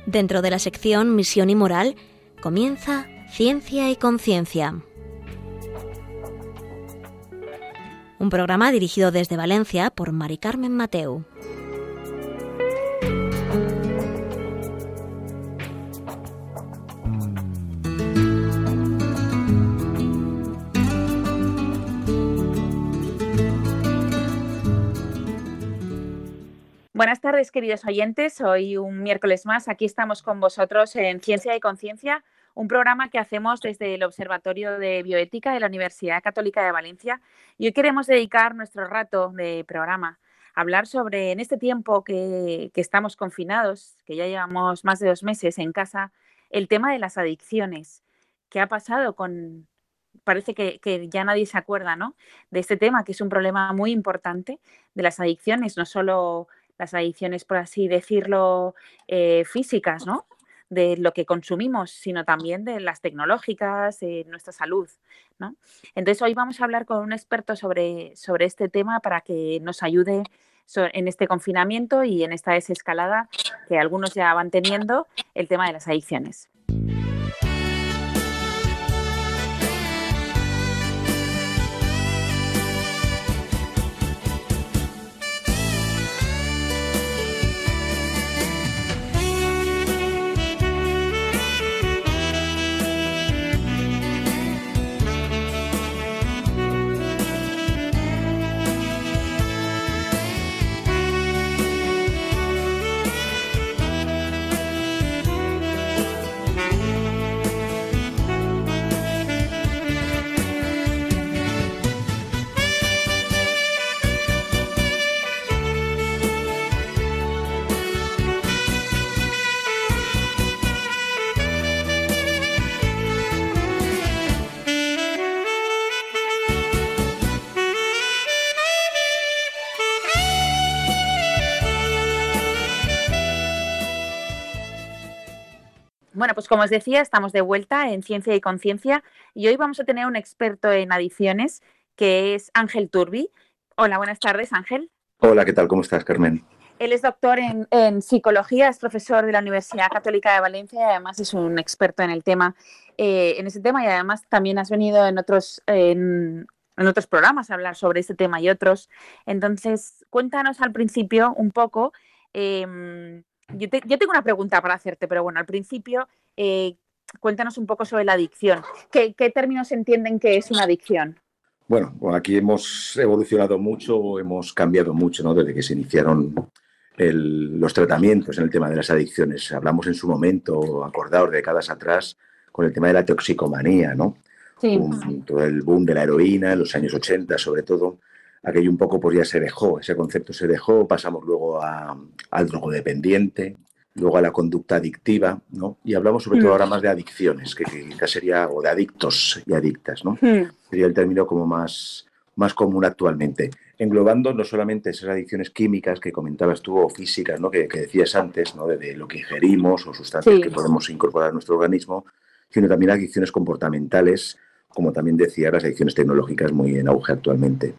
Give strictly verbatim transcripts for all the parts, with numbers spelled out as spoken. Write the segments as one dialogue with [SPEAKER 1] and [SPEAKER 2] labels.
[SPEAKER 1] Dentro de la sección Misión y Moral, comienza Ciencia y Conciencia. Un programa dirigido desde Valencia por Mari Carmen Mateu.
[SPEAKER 2] Buenas tardes, queridos oyentes. Hoy un miércoles más, aquí estamos con vosotros en Ciencia y Conciencia, un programa que hacemos desde el Observatorio de Bioética de la Universidad Católica de Valencia. Y hoy queremos dedicar nuestro rato de programa a hablar sobre, en este tiempo que, que estamos confinados, que ya llevamos más de dos meses en casa, el tema de las adicciones. ¿Qué ha pasado con...? Parece que, que ya nadie se acuerda, ¿no?, de este tema, que es un problema muy importante de las adicciones, no solo las adicciones, por así decirlo, eh, físicas, ¿no?, de lo que consumimos, sino también de las tecnológicas, eh, nuestra salud, ¿no? Entonces, hoy vamos a hablar con un experto sobre, sobre este tema para que nos ayude so, en este confinamiento y en esta desescalada que algunos ya van teniendo, el tema de las adicciones. Bueno, pues como os decía, estamos de vuelta en Ciencia y Conciencia y hoy vamos a tener un experto en adicciones que es Ángel Turbi. Hola, buenas tardes, Ángel.
[SPEAKER 3] Hola, ¿qué tal? ¿Cómo estás, Carmen?
[SPEAKER 2] Él es doctor en, en psicología, es profesor de la Universidad Católica de Valencia y además es un experto en el tema, eh, en ese tema, y además también has venido en otros, en, en otros programas a hablar sobre este tema y otros. Entonces, cuéntanos al principio un poco... Eh, Yo, te, yo tengo una pregunta para hacerte, pero bueno, al principio eh, cuéntanos un poco sobre la adicción. ¿Qué, qué términos entienden que es una adicción?
[SPEAKER 3] Bueno, aquí hemos evolucionado mucho, hemos cambiado mucho, ¿no?, desde que se iniciaron el, los tratamientos en el tema de las adicciones. Hablamos en su momento, acordaos, décadas atrás, con el tema de la toxicomanía, ¿no?
[SPEAKER 2] Sí.
[SPEAKER 3] Un, todo el boom de la heroína en los años ochenta, sobre todo. Aquello un poco pues ya se dejó, ese concepto se dejó, pasamos luego a, al drogodependiente, luego a la conducta adictiva, ¿no? Y hablamos sobre mm. todo ahora más de adicciones, que quizás sería, o de adictos y adictas, ¿no? Mm. Sería el término como más, más común actualmente. Englobando no solamente esas adicciones químicas que comentabas tú, o físicas, ¿no?, que, que decías antes, ¿no?, de, de lo que ingerimos o sustancias sí. que podemos incorporar a nuestro organismo, sino también adicciones comportamentales, como también decía, las adicciones tecnológicas muy en auge actualmente.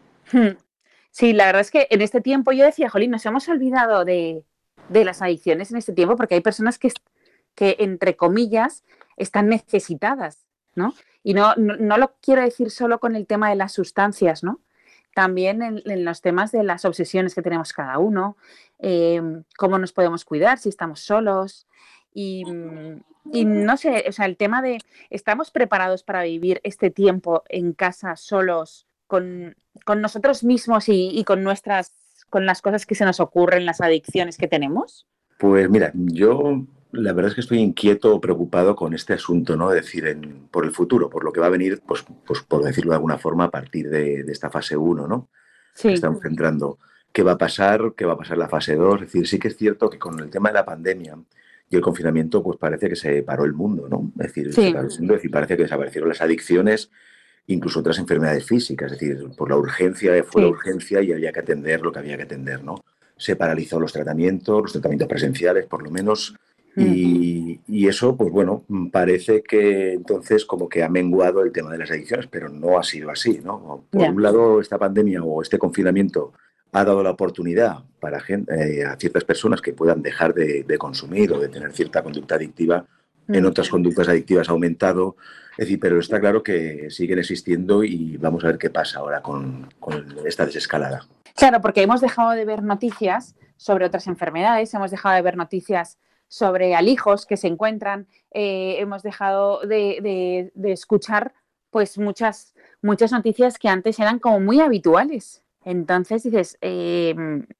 [SPEAKER 2] Sí, la verdad es que en este tiempo yo decía, jolín, nos hemos olvidado de, de las adicciones en este tiempo porque hay personas que, que, entre comillas, están necesitadas, ¿no? Y no, no, no lo quiero decir solo con el tema de las sustancias, ¿no? También en, en los temas de las obsesiones que tenemos cada uno, eh, cómo nos podemos cuidar si estamos solos y, y no sé, o sea, el tema de, ¿estamos preparados para vivir este tiempo en casa solos? Con, con nosotros mismos y, y con nuestras, con las cosas que se nos ocurren, las adicciones que tenemos?
[SPEAKER 3] Pues mira, yo la verdad es que estoy inquieto, preocupado con este asunto, ¿no? Es decir, en, por el futuro, por lo que va a venir, pues, pues por decirlo de alguna forma, a partir de, de esta fase uno, ¿no?
[SPEAKER 2] Sí.
[SPEAKER 3] Que estamos entrando. ¿Qué va a pasar? ¿Qué va a pasar en la fase dos? Es decir, sí que es cierto que con el tema de la pandemia y el confinamiento, pues parece que se paró el mundo, ¿no? Es decir,
[SPEAKER 2] sí.
[SPEAKER 3] se paró el mundo, es decir, parece que desaparecieron las adicciones, incluso otras enfermedades físicas, es decir, por la urgencia, fue sí. la urgencia y había que atender lo que había que atender, ¿no? Se paralizó los tratamientos, los tratamientos presenciales, por lo menos, mm. y, y eso, pues bueno, parece que entonces como que ha menguado el tema de las adicciones, pero no ha sido así, ¿no? Por yeah. un lado, esta pandemia o este confinamiento ha dado la oportunidad para gente, eh, a ciertas personas que puedan dejar de, de consumir o de tener cierta conducta adictiva. En otras conductas adictivas ha aumentado. Es decir, pero está claro que siguen existiendo y vamos a ver qué pasa ahora con, con esta desescalada.
[SPEAKER 2] Claro, porque hemos dejado de ver noticias sobre otras enfermedades, hemos dejado de ver noticias sobre alijos que se encuentran, eh, hemos dejado de, de, de escuchar pues muchas, muchas noticias que antes eran como muy habituales. Entonces dices, eh,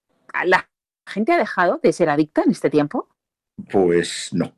[SPEAKER 2] ¿la gente ha dejado de ser adicta en este tiempo?
[SPEAKER 3] Pues no,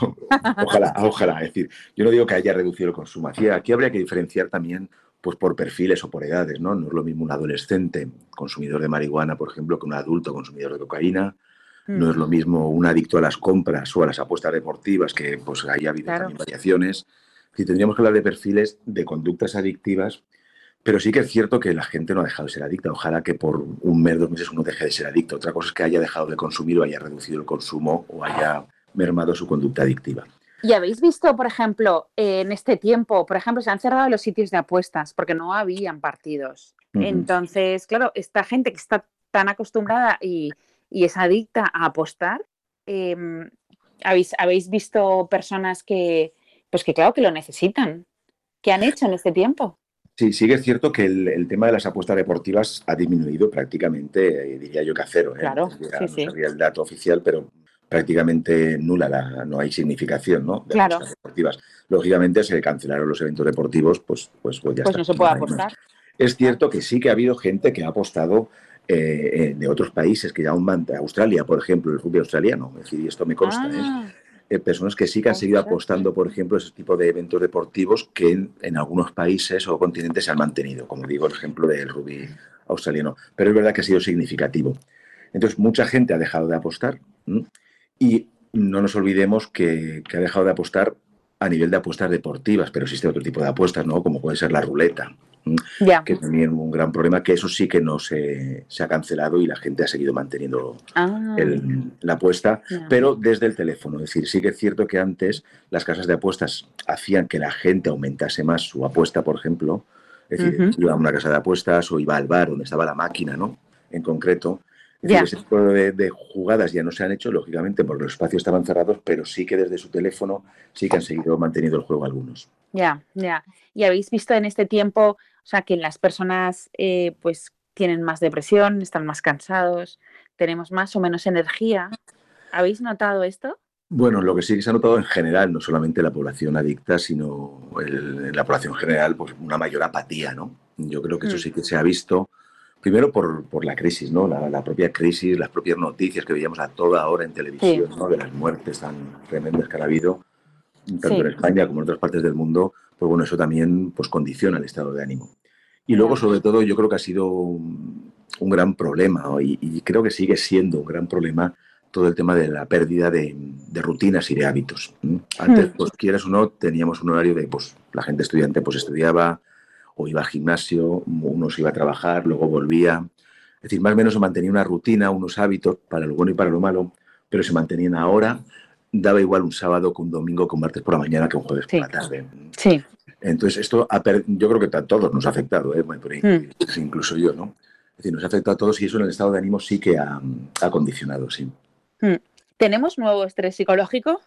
[SPEAKER 3] ojalá, ojalá. Es decir, yo no digo que haya reducido el consumo. Aquí, aquí habría que diferenciar también pues, por perfiles o por edades, ¿no? No es lo mismo un adolescente consumidor de marihuana, por ejemplo, que un adulto consumidor de cocaína. Mm. No es lo mismo un adicto a las compras o a las apuestas deportivas, que pues ahí ha habido claro. también variaciones. Si tendríamos que hablar de perfiles de conductas adictivas, pero sí que es cierto que la gente no ha dejado de ser adicta. Ojalá que por un mes, dos meses uno deje de ser adicto. Otra cosa es que haya dejado de consumir o haya reducido el consumo o haya mermado su conducta adictiva.
[SPEAKER 2] ¿Y habéis visto, por ejemplo, en este tiempo, por ejemplo, se han cerrado los sitios de apuestas porque no habían partidos? Uh-huh. Entonces, claro, esta gente que está tan acostumbrada y, y es adicta a apostar, eh, ¿habéis, ¿habéis visto personas que, pues que claro, que lo necesitan? ¿Qué han hecho en este tiempo?
[SPEAKER 3] Sí, sí que es cierto que el, el tema de las apuestas deportivas ha disminuido prácticamente, eh, diría yo que a cero. ¿eh?
[SPEAKER 2] Claro,
[SPEAKER 3] ya,
[SPEAKER 2] sí,
[SPEAKER 3] no
[SPEAKER 2] sí.
[SPEAKER 3] sabría el dato oficial, pero prácticamente nula, la, no hay significación, ¿no? de
[SPEAKER 2] claro.
[SPEAKER 3] apuestas deportivas. Lógicamente se cancelaron los eventos deportivos, pues, pues, pues ya
[SPEAKER 2] pues
[SPEAKER 3] está.
[SPEAKER 2] no se puede apostar.
[SPEAKER 3] Es cierto que sí que ha habido gente que ha apostado eh, eh, de otros países, que ya aún van, Australia, por ejemplo, el rugby australiano, es decir, y esto me consta,
[SPEAKER 2] Ah.
[SPEAKER 3] ¿eh? Eh, personas que sí que han seguido apostando, por ejemplo, ese tipo de eventos deportivos que en, en algunos países o continentes se han mantenido, como digo, el ejemplo del rugby australiano. Pero es verdad que ha sido significativo. Entonces, mucha gente ha dejado de apostar, ¿m? Y no nos olvidemos que, que ha dejado de apostar a nivel de apuestas deportivas, pero existe otro tipo de apuestas, ¿no? Como puede ser la ruleta,
[SPEAKER 2] yeah.
[SPEAKER 3] que también un gran problema, que eso sí que no se, se ha cancelado y la gente ha seguido manteniendo
[SPEAKER 2] ah.
[SPEAKER 3] el, la apuesta,
[SPEAKER 2] yeah.
[SPEAKER 3] pero desde el teléfono. Es decir, sí que es cierto que antes las casas de apuestas hacían que la gente aumentase más su apuesta, por ejemplo. Es decir, uh-huh. iba a una casa de apuestas o iba al bar donde estaba la máquina, ¿no? En concreto. Es decir, yeah. ese tipo de, de jugadas ya no se han hecho, lógicamente, porque los espacios estaban cerrados, pero sí que desde su teléfono sí que han seguido manteniendo el juego algunos.
[SPEAKER 2] Ya, yeah, ya. Yeah. ¿Y habéis visto en este tiempo, o sea, que las personas eh, pues tienen más depresión, están más cansados, tenemos más o menos energía? ¿Habéis notado esto?
[SPEAKER 3] Bueno, lo que sí que se ha notado en general, no solamente la población adicta, sino el, en la población general, pues una mayor apatía, ¿no? Yo creo que eso sí que se ha visto. Primero por, por la crisis, ¿no? La, la propia crisis, las propias noticias que veíamos a toda hora en televisión, sí. ¿no? De las muertes tan tremendas que han habido, tanto sí. en España como en otras partes del mundo, pues bueno, eso también pues condiciona el estado de ánimo. Y luego, sobre todo, yo creo que ha sido un, un gran problema, ¿no? y, y creo que sigue siendo un gran problema todo el tema de la pérdida de, de rutinas y de hábitos. Antes, pues quieras o no, teníamos un horario de, pues la gente estudiante pues estudiaba, o iba al gimnasio, uno se iba a trabajar, luego volvía. Es decir, más o menos se mantenía una rutina, unos hábitos para lo bueno y para lo malo, pero se mantenían ahora. Daba igual un sábado que un domingo, que un martes por la mañana, que un jueves
[SPEAKER 2] sí.
[SPEAKER 3] por la tarde.
[SPEAKER 2] Sí.
[SPEAKER 3] Entonces, esto ha per... yo creo que a todos nos ha afectado, ¿eh? Por ahí, mm. incluso yo, ¿no? Es decir, nos ha afectado a todos y eso en el estado de ánimo sí que ha, ha condicionado, sí.
[SPEAKER 2] Mm. ¿Tenemos nuevo estrés psicológico?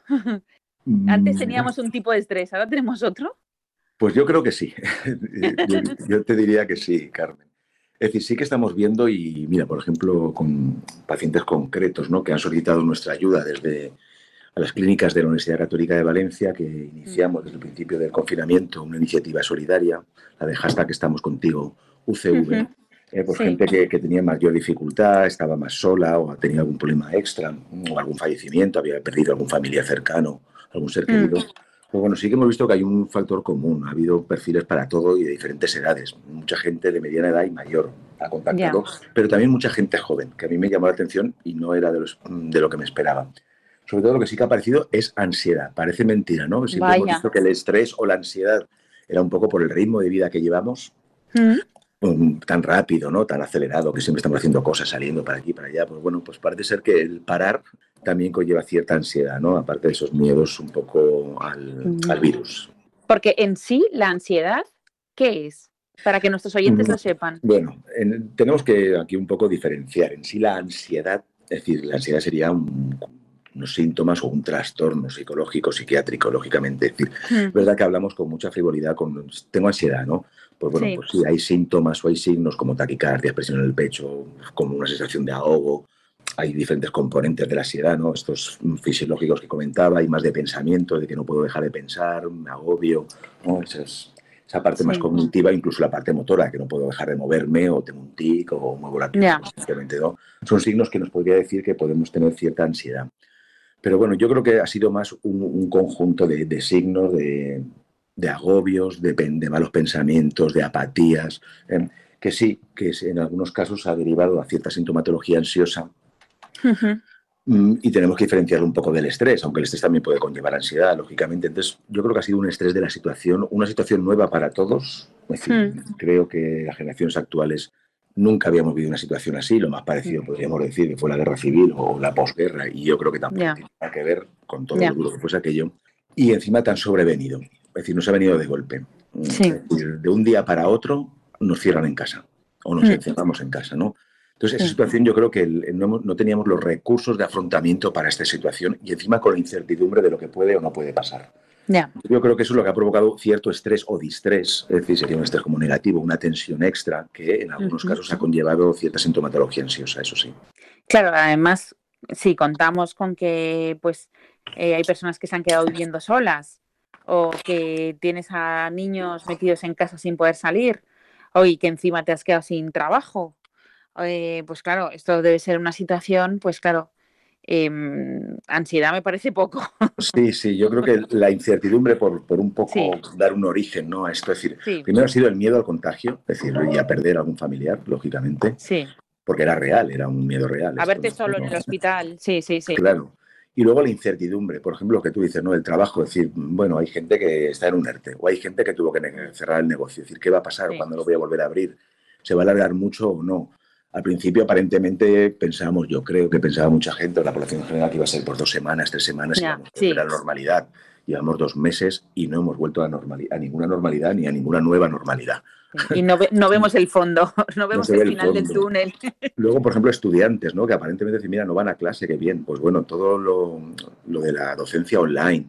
[SPEAKER 2] Antes teníamos un tipo de estrés, ¿ahora tenemos otro?
[SPEAKER 3] Pues yo creo que sí. yo, yo te diría que sí, Carmen. Es decir, sí que estamos viendo y, mira, por ejemplo, con pacientes concretos, ¿no? Que han solicitado nuestra ayuda desde a las clínicas de la Universidad Católica de Valencia, que iniciamos desde el principio del confinamiento una iniciativa solidaria, la de hashtag Estamos Contigo U C V, uh-huh. eh, pues sí. gente que, que tenía mayor dificultad, estaba más sola o tenía algún problema extra o algún fallecimiento, había perdido algún familiar cercano, algún ser querido. Uh-huh. Pues bueno, sí que hemos visto que hay un factor común, ha hado perfiles para todo y de diferentes edades. Mucha gente de mediana edad y mayor ha contactado, yeah. pero también mucha gente joven, que a mí me llamó la atención y no era de, los, de lo que me esperaba. Sobre todo lo que sí que ha aparecido es ansiedad. Parece mentira, ¿no? Siempre Vaya. hemos visto que el estrés o la ansiedad era un poco por el ritmo de vida que llevamos, ¿Mm? um, tan rápido, ¿no? Tan acelerado, que siempre estamos haciendo cosas, saliendo para aquí, para allá. Pues bueno, pues parece ser que el parar también conlleva cierta ansiedad, ¿no? Aparte de esos miedos un poco al, mm. al virus.
[SPEAKER 2] Porque en sí, la ansiedad, ¿qué es? Para que nuestros oyentes lo sepan.
[SPEAKER 3] Bueno, en, tenemos que aquí un poco diferenciar. En sí la ansiedad, es decir, la ansiedad sería un, unos síntomas o un trastorno psicológico, psiquiátrico, lógicamente. Es decir,
[SPEAKER 2] Mm.
[SPEAKER 3] es verdad que hablamos con mucha frivolidad, con tengo ansiedad, ¿no? Pues bueno,
[SPEAKER 2] Sí.
[SPEAKER 3] pues sí, hay síntomas o hay signos como taquicardia, presión en el pecho, como una sensación de ahogo. Hay diferentes componentes de la ansiedad, ¿no? Estos fisiológicos que comentaba, hay más de pensamiento, de que no puedo dejar de pensar, me agobio, ¿no? Esas, esa parte
[SPEAKER 2] Sí.
[SPEAKER 3] más cognitiva, incluso la parte motora, que no puedo dejar de moverme, o tengo un tic, o muevo la pierna
[SPEAKER 2] Ya.
[SPEAKER 3] constantemente, ¿no? Son signos que nos podría decir que podemos tener cierta ansiedad. Pero bueno, yo creo que ha sido más un, un conjunto de, de signos, de, de agobios, de, de malos pensamientos, de apatías, eh, que sí, que en algunos casos ha derivado a cierta sintomatología ansiosa.
[SPEAKER 2] Uh-huh.
[SPEAKER 3] Y tenemos que diferenciarlo un poco del estrés, aunque el estrés también puede conllevar ansiedad, lógicamente. Entonces, yo creo que ha sido un estrés de la situación, una situación nueva para todos. Es decir,
[SPEAKER 2] Hmm.
[SPEAKER 3] creo que las generaciones actuales nunca habíamos vivido una situación así. Lo más parecido, podríamos decir, que fue la guerra civil o la posguerra, y yo creo que tampoco
[SPEAKER 2] Ya.
[SPEAKER 3] tiene nada que ver con todo
[SPEAKER 2] Ya.
[SPEAKER 3] lo duro que fuese aquello. Y encima tan sobrevenido. Es decir, nos ha venido de golpe.
[SPEAKER 2] Sí.
[SPEAKER 3] Es decir, de un día para otro nos cierran en casa o nos
[SPEAKER 2] Hmm.
[SPEAKER 3] encerramos en casa, ¿no? Entonces, esa
[SPEAKER 2] Sí.
[SPEAKER 3] situación yo creo que el- no, hemos- no teníamos los recursos de afrontamiento para esta situación y encima con la incertidumbre de lo que puede o no puede pasar.
[SPEAKER 2] Ya.
[SPEAKER 3] Yo creo que eso es lo que ha provocado cierto estrés o distrés, es decir, sería un estrés como negativo, una tensión extra que en algunos
[SPEAKER 2] Ujú.
[SPEAKER 3] casos ha conllevado cierta sintomatología ansiosa, eso sí.
[SPEAKER 2] Claro, además, si contamos con que pues eh, hay personas que se han quedado viviendo solas o que tienes a niños metidos en casa sin poder salir o y que encima te has quedado sin trabajo, eh, pues claro, esto debe ser una situación, pues claro, em, ansiedad me parece poco.
[SPEAKER 3] Sí, sí, yo creo que la incertidumbre por, por un poco
[SPEAKER 2] Sí.
[SPEAKER 3] dar un origen, ¿no?, a esto. Es decir,
[SPEAKER 2] Sí,
[SPEAKER 3] primero ha sido el miedo al contagio, es decir, y a perder a algún familiar, lógicamente,
[SPEAKER 2] sí.
[SPEAKER 3] porque era real, era un miedo real.
[SPEAKER 2] A
[SPEAKER 3] Esto,
[SPEAKER 2] verte
[SPEAKER 3] ¿no?
[SPEAKER 2] solo en
[SPEAKER 3] No,
[SPEAKER 2] el hospital, sí, sí, sí.
[SPEAKER 3] claro. Y luego la incertidumbre, por ejemplo, lo que tú dices, ¿no?, el trabajo, es decir, bueno, hay gente que está en un ERTE o hay gente que tuvo que cerrar el negocio, es decir, ¿qué va a pasar?
[SPEAKER 2] Sí.
[SPEAKER 3] ¿Cuándo lo voy a volver a abrir? ¿Se va a alargar mucho o no? Al principio, aparentemente, pensábamos, yo creo que pensaba mucha gente, o la población en general, que iba a ser por dos semanas, tres semanas, y
[SPEAKER 2] Ya,
[SPEAKER 3] íbamos a volver
[SPEAKER 2] sí.
[SPEAKER 3] a la normalidad. Llevamos dos meses y no hemos vuelto a, normali- a ninguna normalidad ni a ninguna nueva normalidad.
[SPEAKER 2] Sí. Y no, ve- no vemos el fondo, no
[SPEAKER 3] No
[SPEAKER 2] vemos
[SPEAKER 3] se ve
[SPEAKER 2] el
[SPEAKER 3] el
[SPEAKER 2] final del
[SPEAKER 3] fondo.
[SPEAKER 2] túnel.
[SPEAKER 3] Luego, por ejemplo, estudiantes, ¿no?, que aparentemente dicen, mira, no van a clase, qué bien. Pues bueno, todo lo, lo de la docencia online,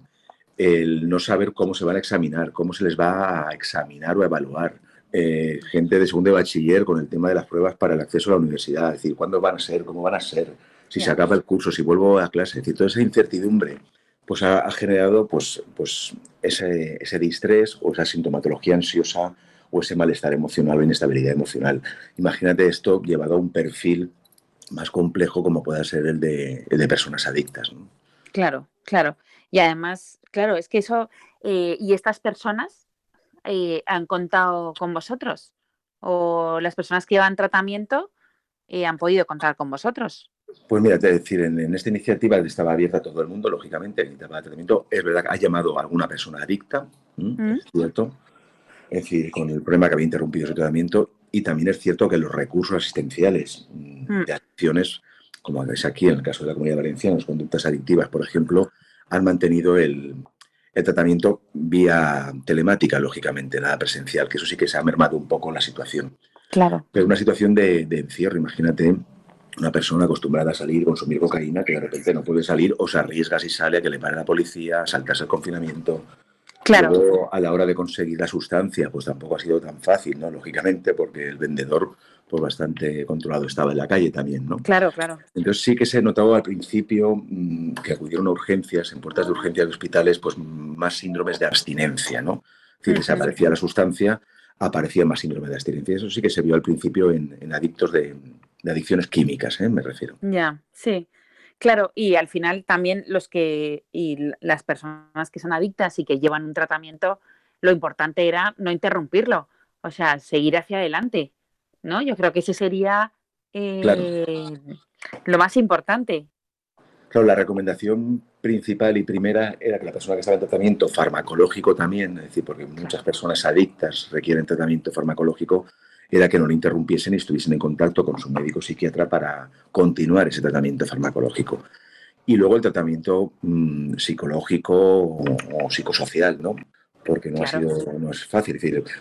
[SPEAKER 3] el no saber cómo se van a examinar, cómo se les va a examinar o a evaluar. Eh, gente de segundo de bachiller con el tema de las pruebas para el acceso a la universidad, es decir, ¿cuándo van a ser? ¿Cómo van a ser? Si se
[SPEAKER 2] Ya.
[SPEAKER 3] acaba el curso, si vuelvo a clase, es decir, toda esa incertidumbre pues ha, ha generado pues, pues ese, ese distrés o esa sintomatología ansiosa o ese malestar emocional o inestabilidad emocional. Imagínate esto llevado a un perfil más complejo como pueda ser el de, el de personas adictas, ¿no?
[SPEAKER 2] Claro, claro. Y además, claro, es que eso, eh, ¿y estas personas eh, han contado con vosotros? ¿O las personas que llevan tratamiento eh, han podido contar con vosotros?
[SPEAKER 3] Pues mira, te decir, en, en esta iniciativa estaba abierta a todo el mundo, lógicamente, necesitaba tratamiento. Es verdad que ha llamado a alguna persona adicta, ¿m?
[SPEAKER 2] ¿Mm?
[SPEAKER 3] Es cierto. Es decir, con el problema que había interrumpido su tratamiento. Y también es cierto que los recursos asistenciales
[SPEAKER 2] Mm.
[SPEAKER 3] de adicciones, como es aquí en el caso de la Comunidad Valenciana, las conductas adictivas, por ejemplo, han mantenido el, el tratamiento vía telemática, lógicamente, nada presencial, que eso sí que se ha mermado un poco la situación.
[SPEAKER 2] Claro.
[SPEAKER 3] Pero una situación de, de encierro, imagínate una persona acostumbrada a salir, consumir cocaína, que de repente no puede salir o se arriesga si sale a que le pare la policía, a saltarse el confinamiento.
[SPEAKER 2] Claro.
[SPEAKER 3] Luego, a la hora de conseguir la sustancia, pues tampoco ha sido tan fácil, ¿no? Lógicamente, porque el vendedor, pues bastante controlado estaba en la calle también, ¿no?
[SPEAKER 2] Claro, claro.
[SPEAKER 3] Entonces sí que se notaba al principio mmm, que acudieron a urgencias, en puertas de urgencias de hospitales, pues más síndromes de abstinencia, ¿no? Es decir,
[SPEAKER 2] Uh-huh.
[SPEAKER 3] desaparecía la sustancia, aparecía más síndrome de abstinencia. Eso sí que se vio al principio en, en adictos de, de adicciones químicas, ¿eh? Me refiero.
[SPEAKER 2] Ya, sí. Claro, y al final también los que, y las personas que son adictas y que llevan un tratamiento, lo importante era no interrumpirlo, o sea, seguir hacia adelante, ¿no? Yo creo que ese sería eh,
[SPEAKER 3] Claro.
[SPEAKER 2] lo más importante.
[SPEAKER 3] Claro, la recomendación principal y primera era que la persona que estaba en tratamiento farmacológico también, es decir, porque muchas personas adictas requieren tratamiento farmacológico, era que no lo interrumpiesen y estuviesen en contacto con su médico psiquiatra para continuar ese tratamiento farmacológico. Y luego el tratamiento mmm, psicológico o, o psicosocial, ¿no? Porque no
[SPEAKER 2] Claro.
[SPEAKER 3] ha sido, no es fácil. Es decir,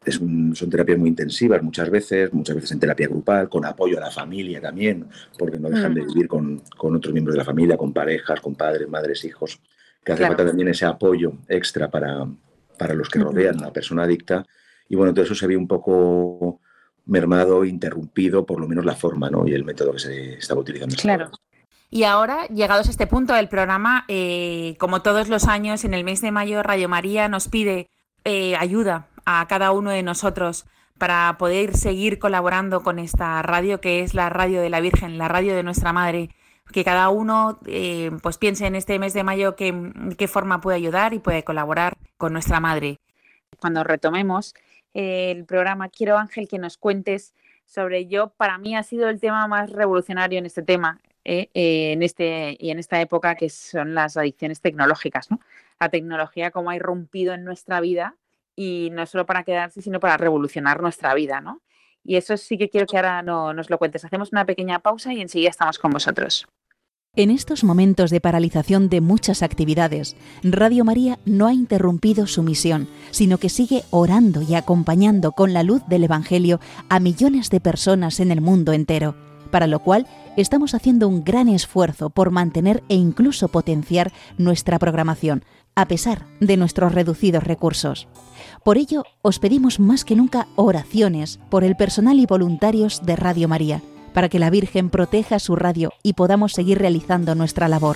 [SPEAKER 3] es un, son terapias muy intensivas muchas veces, muchas veces en terapia grupal, con apoyo a la familia también, porque no dejan
[SPEAKER 2] Mm,
[SPEAKER 3] de vivir con, con otros miembros de la familia, con parejas, con padres, madres, hijos, que hace
[SPEAKER 2] claro.
[SPEAKER 3] falta también ese apoyo extra para, para los que
[SPEAKER 2] Ujú.
[SPEAKER 3] rodean a la persona adicta. Y bueno, todo eso se ve un poco mermado, interrumpido, por lo menos la forma, ¿no? Y el método que se estaba utilizando hasta ahora.
[SPEAKER 2] Claro. Y ahora, llegados a este punto del programa, eh, como todos los años, en el mes de mayo, Radio María nos pide eh, ayuda a cada uno de nosotros para poder seguir colaborando con esta radio, que es la radio de la Virgen, la radio de nuestra Madre. Que cada uno eh, pues piense en este mes de mayo qué, qué forma puede ayudar y puede colaborar con nuestra Madre. Cuando retomemos eh, el programa, quiero, Ángel, que nos cuentes sobre yo, para mí ha sido el tema más revolucionario en este tema, eh, eh, en este y en esta época, que son las adicciones tecnológicas, ¿no? La tecnología como ha irrumpido en nuestra vida y no solo para quedarse, sino para revolucionar nuestra vida, ¿no? Y eso sí que quiero que ahora no, nos lo cuentes. Hacemos una pequeña pausa y enseguida estamos con vosotros.
[SPEAKER 4] En estos momentos de paralización de muchas actividades, Radio María no ha interrumpido su misión, sino que sigue orando y acompañando con la luz del Evangelio a millones de personas en el mundo entero, para lo cual estamos haciendo un gran esfuerzo por mantener e incluso potenciar nuestra programación, a pesar de nuestros reducidos recursos. Por ello, os pedimos más que nunca oraciones por el personal y voluntarios de Radio María, para que la Virgen proteja su radio y podamos seguir realizando nuestra labor.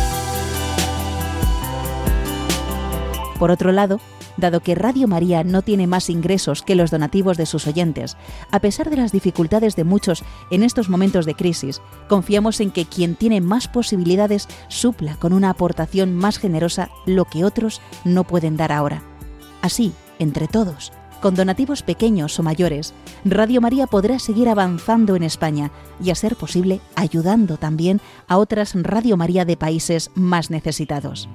[SPEAKER 4] Por otro lado, dado que Radio María no tiene más ingresos que los donativos de sus oyentes, a pesar de las dificultades de muchos en estos momentos de crisis, confiamos en que quien tiene más posibilidades supla con una aportación más generosa lo que otros no pueden dar ahora. Así, entre todos, con donativos pequeños o mayores, Radio María podrá seguir avanzando en España y, a ser posible, ayudando también a otras Radio María de países más necesitados.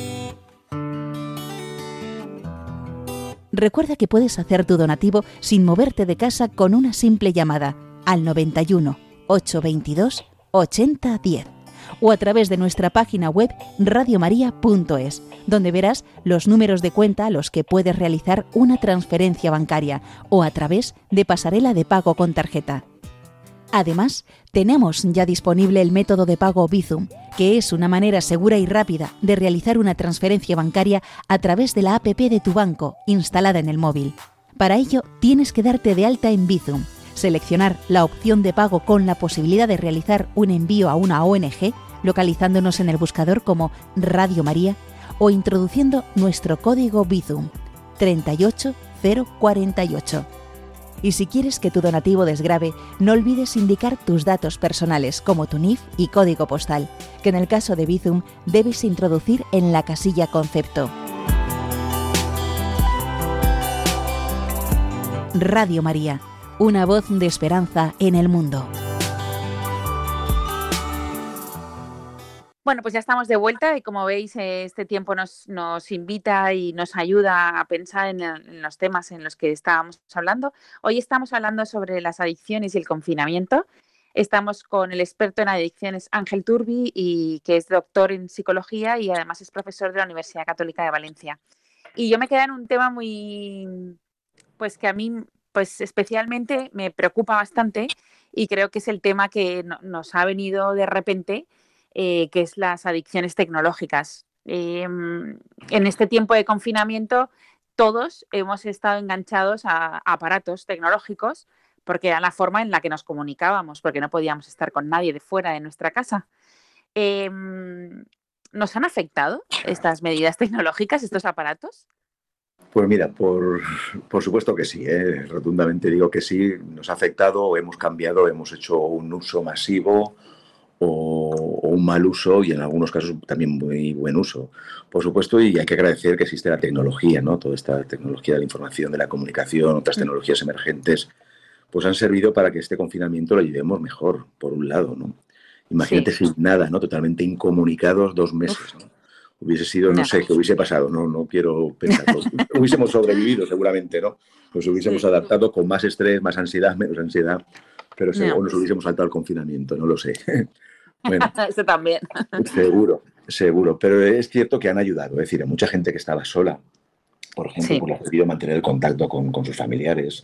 [SPEAKER 4] Recuerda que puedes hacer tu donativo sin moverte de casa con una simple llamada al noventa y uno, ochocientos veintidós, ochenta diez o a través de nuestra página web radiomaria punto es, donde verás los números de cuenta a los que puedes realizar una transferencia bancaria o a través de pasarela de pago con tarjeta. Además, tenemos ya disponible el método de pago Bizum, que es una manera segura y rápida de realizar una transferencia bancaria a través de la app de tu banco, instalada en el móvil. Para ello, tienes que darte de alta en Bizum, seleccionar la opción de pago con la posibilidad de realizar un envío a una O N G, localizándonos en el buscador como Radio María, o introduciendo nuestro código Bizum, treinta y ocho cero cuarenta y ocho. Y si quieres que tu donativo desgrave, no olvides indicar tus datos personales como tu N I F y código postal, que en el caso de Bizum debes introducir en la casilla concepto. Radio María, una voz de esperanza en el mundo.
[SPEAKER 2] Bueno, pues ya estamos de vuelta y como veis este tiempo nos, nos invita y nos ayuda a pensar en, en los temas en los que estábamos hablando. Hoy estamos hablando sobre las adicciones y el confinamiento. Estamos con el experto en adicciones Ángel Turbi, y que es doctor en psicología y además es profesor de la Universidad Católica de Valencia. Y yo me quedé en un tema muy, pues que a mí pues especialmente me preocupa bastante y creo que es el tema que no, nos ha venido de repente, Eh, que es las adicciones tecnológicas. Eh, en este tiempo de confinamiento todos hemos estado enganchados a, a aparatos tecnológicos porque era la forma en la que nos comunicábamos, porque no podíamos estar con nadie de fuera de nuestra casa. Eh, ¿Nos han afectado estas medidas tecnológicas, estos aparatos?
[SPEAKER 3] Pues mira, por, por supuesto que sí, ¿eh? Rotundamente digo que sí, nos ha afectado, hemos cambiado, hemos hecho un uso masivo o, o un mal uso y en algunos casos también muy buen uso, por supuesto, y hay que agradecer que existe la tecnología, ¿no? Toda esta tecnología de la información, de la comunicación, otras tecnologías emergentes, pues han servido para que este confinamiento lo llevemos mejor, por un lado, ¿no? Imagínate sí. Sin nada, ¿no? Totalmente incomunicados dos meses, ¿no? Hubiese sido, no, no sé, qué hubiese pasado, no, no quiero pensarlo. Hubiésemos sobrevivido seguramente, ¿no? Nos hubiésemos sí. adaptado con más estrés, más ansiedad, menos ansiedad, pero no. o nos hubiésemos saltado al confinamiento, no lo sé. Bueno,
[SPEAKER 2] eso también.
[SPEAKER 3] Seguro, seguro. Pero es cierto que han ayudado. Es decir, a mucha gente que estaba sola, por ejemplo,
[SPEAKER 2] Sí.
[SPEAKER 3] pues les ha servido mantener el contacto con, con sus familiares,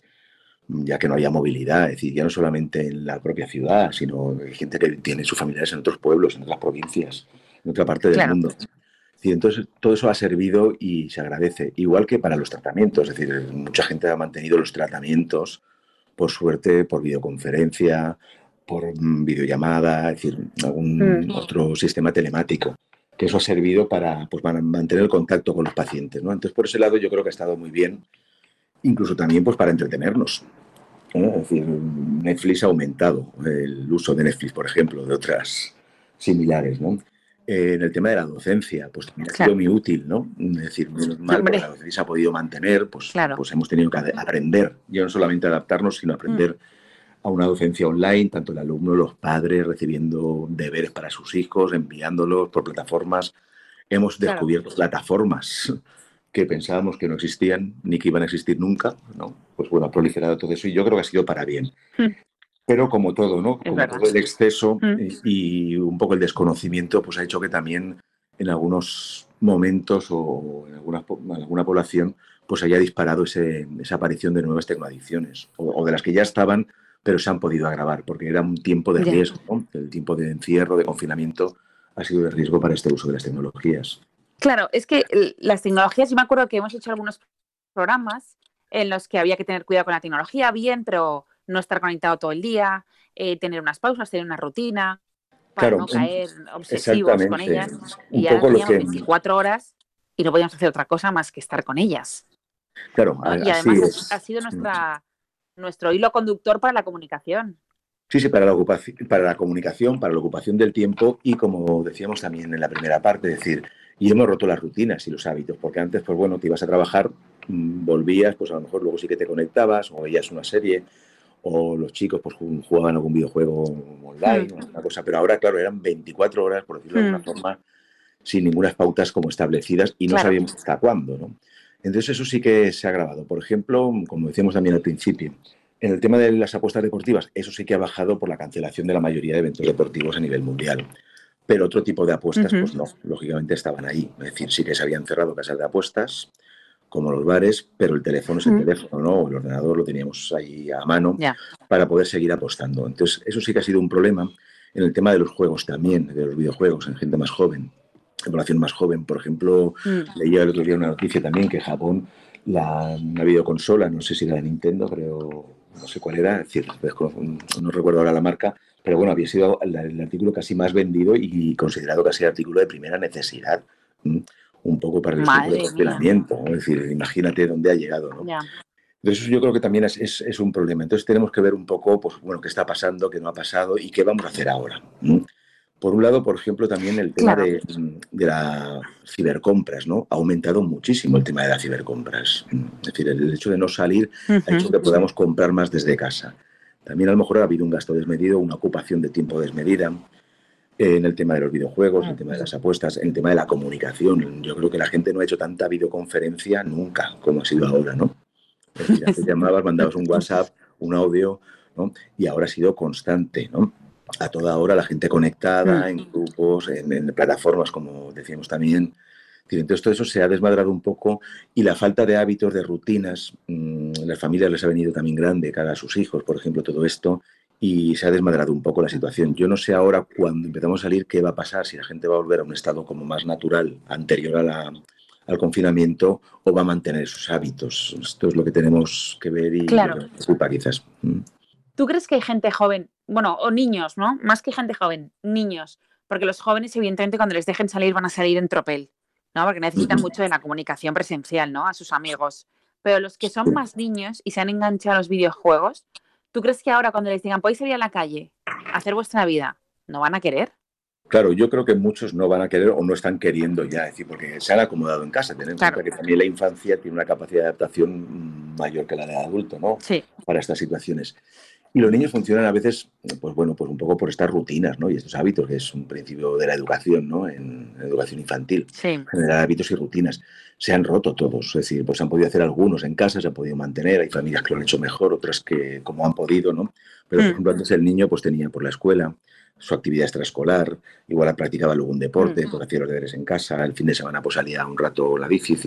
[SPEAKER 3] ya que no había movilidad, es decir, ya no solamente en la propia ciudad, sino hay gente que tiene sus familiares en otros pueblos, en otras provincias, en otra parte del
[SPEAKER 2] Claro.
[SPEAKER 3] mundo. Sí, entonces, todo eso ha servido y se agradece. Igual que para los tratamientos. Es decir, mucha gente ha mantenido los tratamientos, por suerte, por videoconferencia, por mm, videollamada, es decir, algún
[SPEAKER 2] Mm.
[SPEAKER 3] otro sistema telemático. Que eso ha servido para, pues, para mantener el contacto con los pacientes, ¿no? Entonces, por ese lado, yo creo que ha estado muy bien. Incluso también pues, para entretenernos, ¿eh? Es decir, Netflix ha aumentado el uso de Netflix, por ejemplo, de otras similares, ¿no? Eh, en el tema de la docencia, pues también ha
[SPEAKER 2] Claro.
[SPEAKER 3] sido muy útil, ¿no? Es decir, menos mal,
[SPEAKER 2] Hombre.
[SPEAKER 3] porque la docencia se ha podido mantener, pues,
[SPEAKER 2] Claro.
[SPEAKER 3] pues hemos tenido que aprender, ya no solamente adaptarnos, sino aprender a una docencia online, tanto el alumno, los padres, recibiendo deberes para sus hijos, enviándolos por plataformas. Hemos
[SPEAKER 2] Claro.
[SPEAKER 3] descubierto plataformas que pensábamos que no existían ni que iban a existir nunca, ¿no? Pues bueno, ha proliferado todo eso y yo creo que ha sido para bien.
[SPEAKER 2] Mm.
[SPEAKER 3] Pero como todo, ¿no?
[SPEAKER 2] Es
[SPEAKER 3] Como
[SPEAKER 2] verdad.
[SPEAKER 3] todo el exceso
[SPEAKER 2] Mm.
[SPEAKER 3] y, y un poco el desconocimiento, pues ha hecho que también en algunos momentos o en alguna, en alguna población pues haya disparado ese, esa aparición de nuevas tecnoadicciones o, o de las que ya estaban, pero se han podido agravar porque era un tiempo de
[SPEAKER 2] Ya.
[SPEAKER 3] riesgo, ¿no? El tiempo de encierro, de confinamiento ha sido de riesgo para este uso de las tecnologías.
[SPEAKER 2] Claro, es que el- las tecnologías, yo me acuerdo que hemos hecho algunos programas en los que había que tener cuidado con la tecnología, bien, pero no estar conectado todo el día, eh, tener unas pausas, tener una rutina, para
[SPEAKER 3] Claro,
[SPEAKER 2] no
[SPEAKER 3] un-
[SPEAKER 2] caer obsesivos con
[SPEAKER 3] exactamente.
[SPEAKER 2] ellas.
[SPEAKER 3] Un
[SPEAKER 2] Y ahora
[SPEAKER 3] poco lo
[SPEAKER 2] teníamos
[SPEAKER 3] que...
[SPEAKER 2] veinticuatro horas y no podíamos hacer otra cosa más que estar con ellas,
[SPEAKER 3] Claro,
[SPEAKER 2] ¿no?
[SPEAKER 3] a-
[SPEAKER 2] Y
[SPEAKER 3] así
[SPEAKER 2] además
[SPEAKER 3] es.
[SPEAKER 2] ha, ha sido nuestra, nuestro hilo conductor para la comunicación.
[SPEAKER 3] Sí, sí, para la ocupación, para la comunicación, para la ocupación del tiempo y como decíamos también en la primera parte, es decir, y hemos roto las rutinas y los hábitos, porque antes, pues bueno, te ibas a trabajar, mm, volvías, pues a lo mejor luego sí que te conectabas o veías una serie o los chicos pues ju- jugaban algún videojuego online o alguna cosa, pero ahora, claro, eran veinticuatro horas, por decirlo de alguna
[SPEAKER 2] Mm.
[SPEAKER 3] forma, sin ninguna pautas como establecidas y no
[SPEAKER 2] Claro.
[SPEAKER 3] sabíamos hasta cuándo, ¿no? Entonces eso sí que se ha agravado. Por ejemplo, como decíamos también al principio, en el tema de las apuestas deportivas, eso sí que ha bajado por la cancelación de la mayoría de eventos deportivos a nivel mundial. Pero otro tipo de apuestas,
[SPEAKER 2] Ujú.
[SPEAKER 3] pues no, lógicamente estaban ahí. Es decir, sí que se habían cerrado casas de apuestas, como los bares, pero el teléfono es el
[SPEAKER 2] Mm.
[SPEAKER 3] teléfono, ¿no? El ordenador lo teníamos ahí a mano
[SPEAKER 2] Ya.
[SPEAKER 3] para poder seguir apostando. Entonces, eso sí que ha sido un problema en el tema de los juegos también, de los videojuegos, en gente más joven, en población más joven. Por ejemplo,
[SPEAKER 2] Mm.
[SPEAKER 3] leía el otro día una noticia también que Japón, la, una videoconsola, no sé si era la Nintendo, creo, no sé cuál era, es decir, desconozco- no recuerdo ahora la marca, pero bueno, había sido el, el artículo casi más vendido y considerado casi artículo de primera necesidad. ¿m? Un poco para los tiempos de
[SPEAKER 2] Madre mía.
[SPEAKER 3] confinamiento, ¿no? Es decir, imagínate dónde ha llegado, ¿no?
[SPEAKER 2] Ya.
[SPEAKER 3] Entonces eso yo creo que también es, es- es un problema. Entonces tenemos que ver un poco, pues bueno, qué está pasando, qué no ha pasado y qué vamos a hacer ahora. ¿m? Por un lado, por ejemplo, también el tema
[SPEAKER 2] Claro.
[SPEAKER 3] de, de las cibercompras, ¿no? Ha aumentado muchísimo el tema de las cibercompras. Es decir, el hecho de no salir ha hecho
[SPEAKER 2] Ujú.
[SPEAKER 3] que podamos comprar más desde casa. También a lo mejor ha habido un gasto desmedido, una ocupación de tiempo desmedida eh, en el tema de los videojuegos, en el tema de las apuestas, en el tema de la comunicación. Yo creo que la gente no ha hecho tanta videoconferencia nunca como ha sido ahora, ¿no? Es decir, antes llamabas, mandabas un WhatsApp, un audio, ¿no? Y ahora ha sido constante, ¿no? A toda hora la gente conectada,
[SPEAKER 2] Mm.
[SPEAKER 3] en grupos, en, en plataformas, como decíamos también. Es decir, entonces todo eso se ha desmadrado un poco y la falta de hábitos, de rutinas, mmm, las familias les ha venido también grande cara a sus hijos, por ejemplo, todo esto, y se ha desmadrado un poco la situación. Yo no sé ahora, cuando empezamos a salir, qué va a pasar, si la gente va a volver a un estado como más natural, anterior a la, al confinamiento, o va a mantener sus hábitos. Esto es lo que tenemos que ver y
[SPEAKER 2] Claro.
[SPEAKER 3] lo que me preocupa quizás. Mm.
[SPEAKER 2] ¿Tú crees que hay gente joven, bueno, o niños, ¿no? Más que gente joven, niños, porque los jóvenes, evidentemente, cuando les dejen salir, van a salir en tropel, ¿no? Porque necesitan
[SPEAKER 3] Ujú.
[SPEAKER 2] mucho de la comunicación presencial, ¿no? A sus amigos. Pero los que son más niños y se han enganchado a los videojuegos, ¿tú crees que ahora cuando les digan, podéis salir a la calle a hacer vuestra vida, no van a querer?
[SPEAKER 3] Claro, yo creo que muchos no van a querer o no están queriendo ya, es decir, porque se han acomodado en casa. Tener en
[SPEAKER 2] Claro.
[SPEAKER 3] cuenta que también la infancia tiene una capacidad de adaptación mayor que la del adulto, ¿no?
[SPEAKER 2] Sí.
[SPEAKER 3] Para estas situaciones. Y los niños funcionan a veces, pues bueno, pues un poco por estas rutinas, ¿no? Y estos hábitos, que es un principio de la educación, ¿no? En, en educación infantil,
[SPEAKER 2] Sí.
[SPEAKER 3] generar hábitos y rutinas. Se han roto todos, es decir, pues han podido hacer algunos en casa, se han podido mantener, hay familias que lo han hecho mejor, otras que como han podido, ¿no? Pero, por
[SPEAKER 2] Mm.
[SPEAKER 3] ejemplo, antes el niño pues tenía por la escuela su actividad extraescolar, igual practicaba luego un deporte,
[SPEAKER 2] Mm.
[SPEAKER 3] pues hacía los deberes en casa, el fin de semana pues salía un rato la bici, es decir,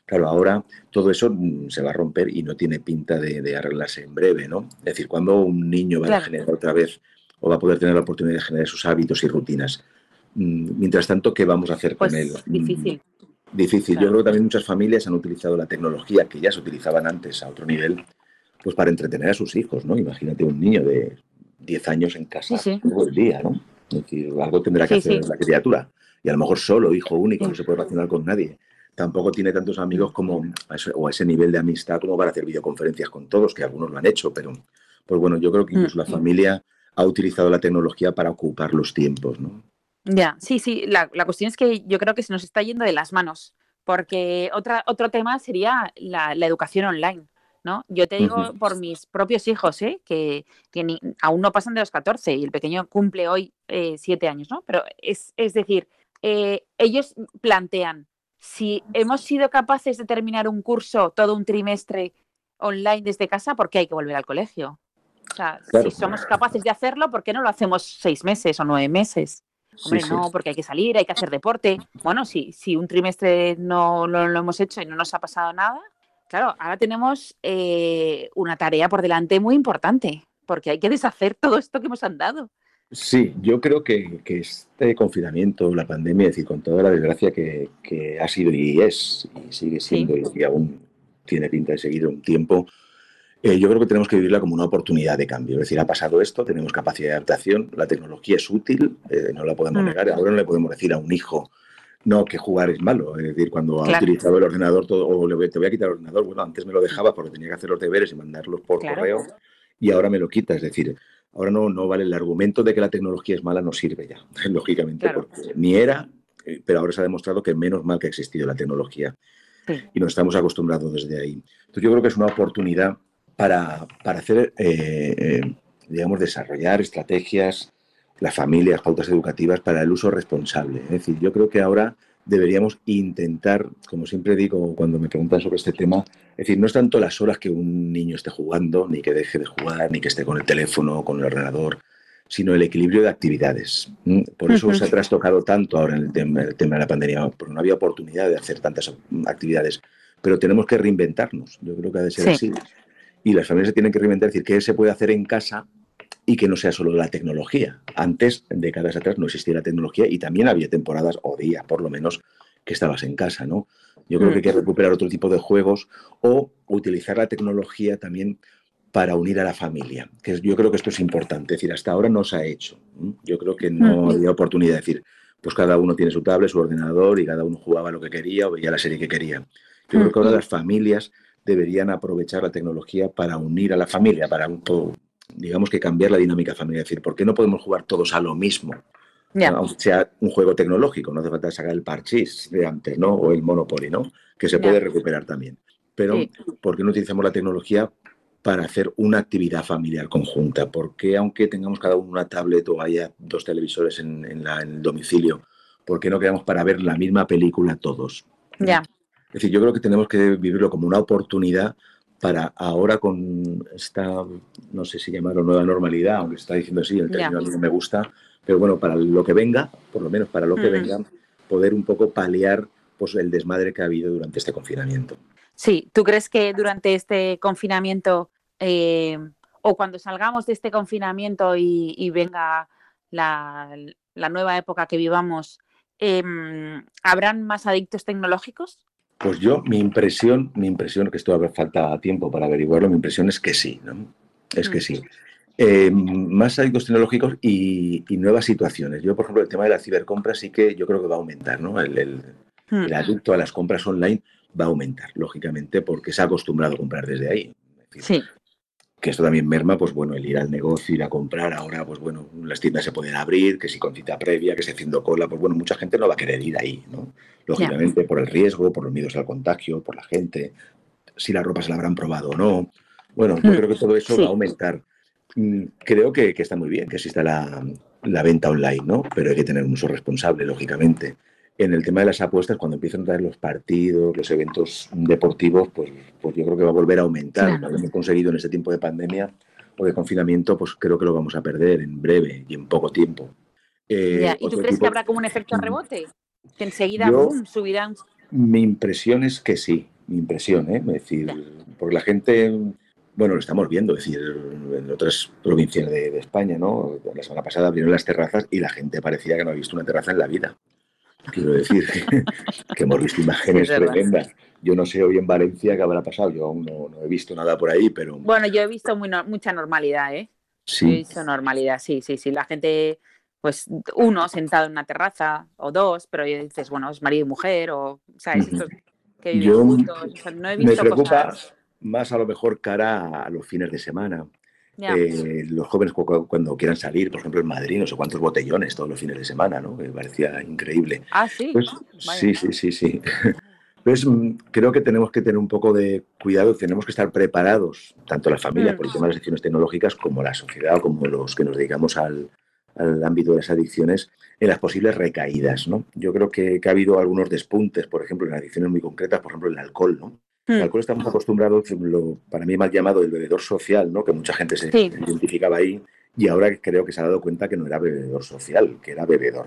[SPEAKER 3] Claro, ahora todo eso mm, se va a romper y no tiene pinta de, de arreglarse en breve, ¿no? Es decir, cuando un niño va a
[SPEAKER 2] Claro,
[SPEAKER 3] generar otra vez o va a poder tener la oportunidad de generar sus hábitos y rutinas. Mm, Mientras tanto, ¿qué vamos a hacer con él?
[SPEAKER 2] pues
[SPEAKER 3] Mm,
[SPEAKER 2] difícil,
[SPEAKER 3] Difícil. Yo
[SPEAKER 2] claro.
[SPEAKER 3] creo que también muchas familias han utilizado la tecnología que ya se utilizaban antes a otro nivel, pues para entretener a sus hijos, ¿no? Imagínate un niño de diez años en
[SPEAKER 2] Sí,
[SPEAKER 3] casa
[SPEAKER 2] sí,
[SPEAKER 3] todo el día, ¿no? Es decir, algo tendrá que
[SPEAKER 2] sí,
[SPEAKER 3] hacer
[SPEAKER 2] sí,
[SPEAKER 3] la criatura. Y a lo mejor solo, hijo único, no
[SPEAKER 2] sí.
[SPEAKER 3] se puede relacionar con nadie. Tampoco tiene tantos amigos
[SPEAKER 2] Mm,
[SPEAKER 3] como, a ese- o a ese nivel de amistad como para hacer videoconferencias con todos, que algunos lo han hecho, pero pues bueno, yo creo que
[SPEAKER 2] mm.
[SPEAKER 3] incluso la familia ha utilizado la tecnología para ocupar los tiempos, ¿no?
[SPEAKER 2] Ya, sí, sí, la, la cuestión es que yo creo que se nos está yendo de las manos, porque otra, otro tema sería la, la educación online, ¿no? Yo te
[SPEAKER 3] Ujú.
[SPEAKER 2] digo por mis propios hijos, ¿eh? Que, que ni- aún no pasan de los catorce y el pequeño cumple hoy eh, siete años, ¿no? Pero es, es decir, eh, ellos plantean, si hemos sido capaces de terminar un curso, todo un trimestre online desde casa, ¿por qué hay que volver al colegio? O sea, si
[SPEAKER 3] Claro,
[SPEAKER 2] somos capaces de hacerlo, ¿por qué no lo hacemos seis meses o nueve meses?
[SPEAKER 3] sí,
[SPEAKER 2] Hombre,
[SPEAKER 3] sí.
[SPEAKER 2] no, porque hay que salir, hay que hacer deporte. Bueno, si, si un trimestre no lo, lo hemos hecho y no nos ha pasado nada, claro, ahora tenemos eh, una tarea por delante muy importante, porque hay que deshacer todo esto que hemos andado.
[SPEAKER 3] Sí, yo creo que, que este confinamiento, la pandemia, es decir, con toda la desgracia que, que ha sido y es, y sigue
[SPEAKER 2] Sí,
[SPEAKER 3] siendo, y, y aún tiene pinta de seguir un tiempo, eh, yo creo que tenemos que vivirla como una oportunidad de cambio. Es decir, ha pasado esto, tenemos capacidad de adaptación, la tecnología es útil, eh, no la podemos
[SPEAKER 2] mm,
[SPEAKER 3] negar. Ahora no le podemos decir a un hijo, no, que jugar es malo. Es decir, cuando ha
[SPEAKER 2] claro,
[SPEAKER 3] utilizado el ordenador, todo, o le voy- te voy a quitar el ordenador, bueno, antes me lo
[SPEAKER 2] mm,
[SPEAKER 3] dejaba porque tenía que hacer los deberes y mandarlos por
[SPEAKER 2] claro,
[SPEAKER 3] correo, y ahora me lo quita. Es decir, ahora no, no vale el argumento de que la tecnología es mala, no sirve ya, lógicamente,
[SPEAKER 2] claro,
[SPEAKER 3] porque ni era, eh, pero ahora se ha demostrado que menos mal que ha existido la tecnología
[SPEAKER 2] sí,
[SPEAKER 3] y nos estamos acostumbrados desde ahí. Entonces yo creo que es una oportunidad para, para hacer, eh, eh, digamos, desarrollar estrategias, las familias, pautas educativas para el uso responsable. Es decir, yo creo que ahora deberíamos intentar, como siempre digo cuando me preguntan sobre este tema, es decir, no es tanto las horas que un niño esté jugando, ni que deje de jugar, ni que esté con el teléfono, con el ordenador, sino el equilibrio de actividades. Por eso
[SPEAKER 2] ujú,
[SPEAKER 3] se ha trastocado tanto ahora en el tema, el tema de la pandemia, porque no había oportunidad de hacer tantas actividades. Pero tenemos que reinventarnos, yo creo que ha de ser
[SPEAKER 2] sí,
[SPEAKER 3] así. Y las familias se tienen que reinventar, es decir, qué se puede hacer en casa y que no sea solo la tecnología. Antes, décadas atrás, no existía la tecnología y también había temporadas o días, por lo menos, que estabas en casa, ¿no? Yo creo que
[SPEAKER 2] mm,
[SPEAKER 3] hay que recuperar otro tipo de juegos o utilizar la tecnología también para unir a la familia, que yo creo que esto es importante. Es decir, hasta ahora no se ha hecho. ¿Mm? Yo creo que
[SPEAKER 2] mm,
[SPEAKER 3] no había oportunidad de decir, pues cada uno tiene su tablet, su ordenador y cada uno jugaba lo que quería o veía la serie que quería. Yo creo
[SPEAKER 2] mm,
[SPEAKER 3] que ahora las familias deberían aprovechar la tecnología para unir a la familia, para un poco, digamos que cambiar la dinámica familiar. Es decir, ¿por qué no podemos jugar todos a lo mismo?
[SPEAKER 2] ya,
[SPEAKER 3] Aunque sea un juego tecnológico, no hace falta sacar el parchís de antes, ¿no? O el Monopoly, ¿no? Que se puede
[SPEAKER 2] ya,
[SPEAKER 3] recuperar también. Pero,
[SPEAKER 2] sí,
[SPEAKER 3] ¿por qué no utilizamos la tecnología para hacer una actividad familiar conjunta? Porque aunque tengamos cada uno una tablet o haya dos televisores en, en, la, en el domicilio, ¿por qué no quedamos para ver la misma película todos?
[SPEAKER 2] ya,
[SPEAKER 3] Es decir, yo creo que tenemos que vivirlo como una oportunidad para ahora con esta, no sé si llamarlo nueva normalidad, aunque se está diciendo así, el
[SPEAKER 2] ya,
[SPEAKER 3] término a mí no me gusta, pero bueno, para lo que venga, por lo menos para lo que
[SPEAKER 2] mm.
[SPEAKER 3] venga, poder un poco paliar pues, el desmadre que ha habido durante este confinamiento.
[SPEAKER 2] Sí, ¿tú crees que durante este confinamiento eh, o cuando salgamos de este confinamiento y, y venga la, la nueva época que vivamos, eh, ¿habrán más adictos tecnológicos?
[SPEAKER 3] Pues yo, mi impresión, mi impresión, que esto falta tiempo para averiguarlo, mi impresión es que sí, ¿no? Es que
[SPEAKER 2] Mm,
[SPEAKER 3] sí. Eh, más adictos tecnológicos y, y nuevas situaciones. Yo, por ejemplo, el tema de la cibercompra sí que yo creo que va a aumentar, ¿no? El, el,
[SPEAKER 2] mm,
[SPEAKER 3] el adicto a las compras online va a aumentar, lógicamente, porque se ha acostumbrado a comprar desde ahí. Es decir,
[SPEAKER 2] sí,
[SPEAKER 3] que esto también merma, pues bueno, el ir al negocio, ir a comprar, ahora, pues bueno, las tiendas se pueden abrir, que si con cita previa, que si haciendo cola, pues bueno, mucha gente no va a querer ir ahí, ¿no?
[SPEAKER 2] ya,
[SPEAKER 3] Lógicamente, por el riesgo, por los miedos al contagio, por la gente, si la ropa se la habrán probado o no. Bueno, yo
[SPEAKER 2] mm,
[SPEAKER 3] creo que todo eso va a
[SPEAKER 2] sí,
[SPEAKER 3] aumentar. Mm, Creo que, que está muy bien que exista la, la venta online, ¿no? Pero hay que tener un uso responsable, lógicamente. En el tema de las apuestas, cuando empiezan a traer los partidos, los eventos deportivos, pues, pues yo creo que va a volver a aumentar. Lo
[SPEAKER 2] claro.
[SPEAKER 3] que hemos conseguido en este tiempo de pandemia o de confinamiento, pues creo que lo vamos a perder en breve y en poco tiempo.
[SPEAKER 2] Ya.
[SPEAKER 3] Eh,
[SPEAKER 2] ¿Y tú
[SPEAKER 3] otro
[SPEAKER 2] crees que
[SPEAKER 3] tipo,
[SPEAKER 2] habrá como un efecto rebote? Que enseguida,
[SPEAKER 3] yo,
[SPEAKER 2] boom, subirán.
[SPEAKER 3] mi impresión es que sí, mi impresión, ¿eh? Es decir,
[SPEAKER 2] Ya.
[SPEAKER 3] porque la gente, bueno, lo estamos viendo, es decir, en otras provincias de, de España, ¿no? La semana pasada abrieron las terrazas y la gente parecía que no había visto una terraza en la vida. Quiero decir que, que hemos visto
[SPEAKER 2] Sí,
[SPEAKER 3] imágenes
[SPEAKER 2] es verdad.
[SPEAKER 3] tremendas. Yo no sé hoy en Valencia qué habrá pasado, yo aún no, no he visto nada por ahí, pero
[SPEAKER 2] Bueno, yo he visto muy no- mucha normalidad, ¿eh? Yo he
[SPEAKER 3] sí.
[SPEAKER 2] visto normalidad, sí, sí, sí. La gente, pues uno sentado en una terraza o dos, pero ya dices, bueno, es marido y mujer o, ¿sabes?
[SPEAKER 3] Ujú.
[SPEAKER 2] Estos que viven
[SPEAKER 3] Yo
[SPEAKER 2] juntos. O sea, no he
[SPEAKER 3] me
[SPEAKER 2] visto
[SPEAKER 3] preocupa
[SPEAKER 2] cosas.
[SPEAKER 3] más a lo mejor cara a los fines de semana.
[SPEAKER 2] Ya,
[SPEAKER 3] Eh, los jóvenes cu- cuando quieran salir, por ejemplo en Madrid, no sé cuántos botellones todos los fines de semana, ¿no? Me parecía increíble.
[SPEAKER 2] ah, sí,
[SPEAKER 3] Pues
[SPEAKER 2] vaya.
[SPEAKER 3] sí, sí, sí, sí. Pues mm, creo que tenemos que tener un poco de cuidado, tenemos que estar preparados, tanto las familias
[SPEAKER 2] Mm,
[SPEAKER 3] por el tema de las adicciones tecnológicas, como la sociedad, como los que nos dedicamos al, al ámbito de las adicciones, en las posibles recaídas, ¿no? Yo creo que, que ha habido algunos despuntes, por ejemplo, en adicciones muy concretas, por ejemplo, el alcohol, ¿no? El
[SPEAKER 2] mm,
[SPEAKER 3] alcohol estamos acostumbrados, lo, para mí mal llamado el bebedor social, ¿no? Que mucha gente se
[SPEAKER 2] sí,
[SPEAKER 3] identificaba ahí, y ahora creo que se ha dado cuenta que no era bebedor social, que era bebedor,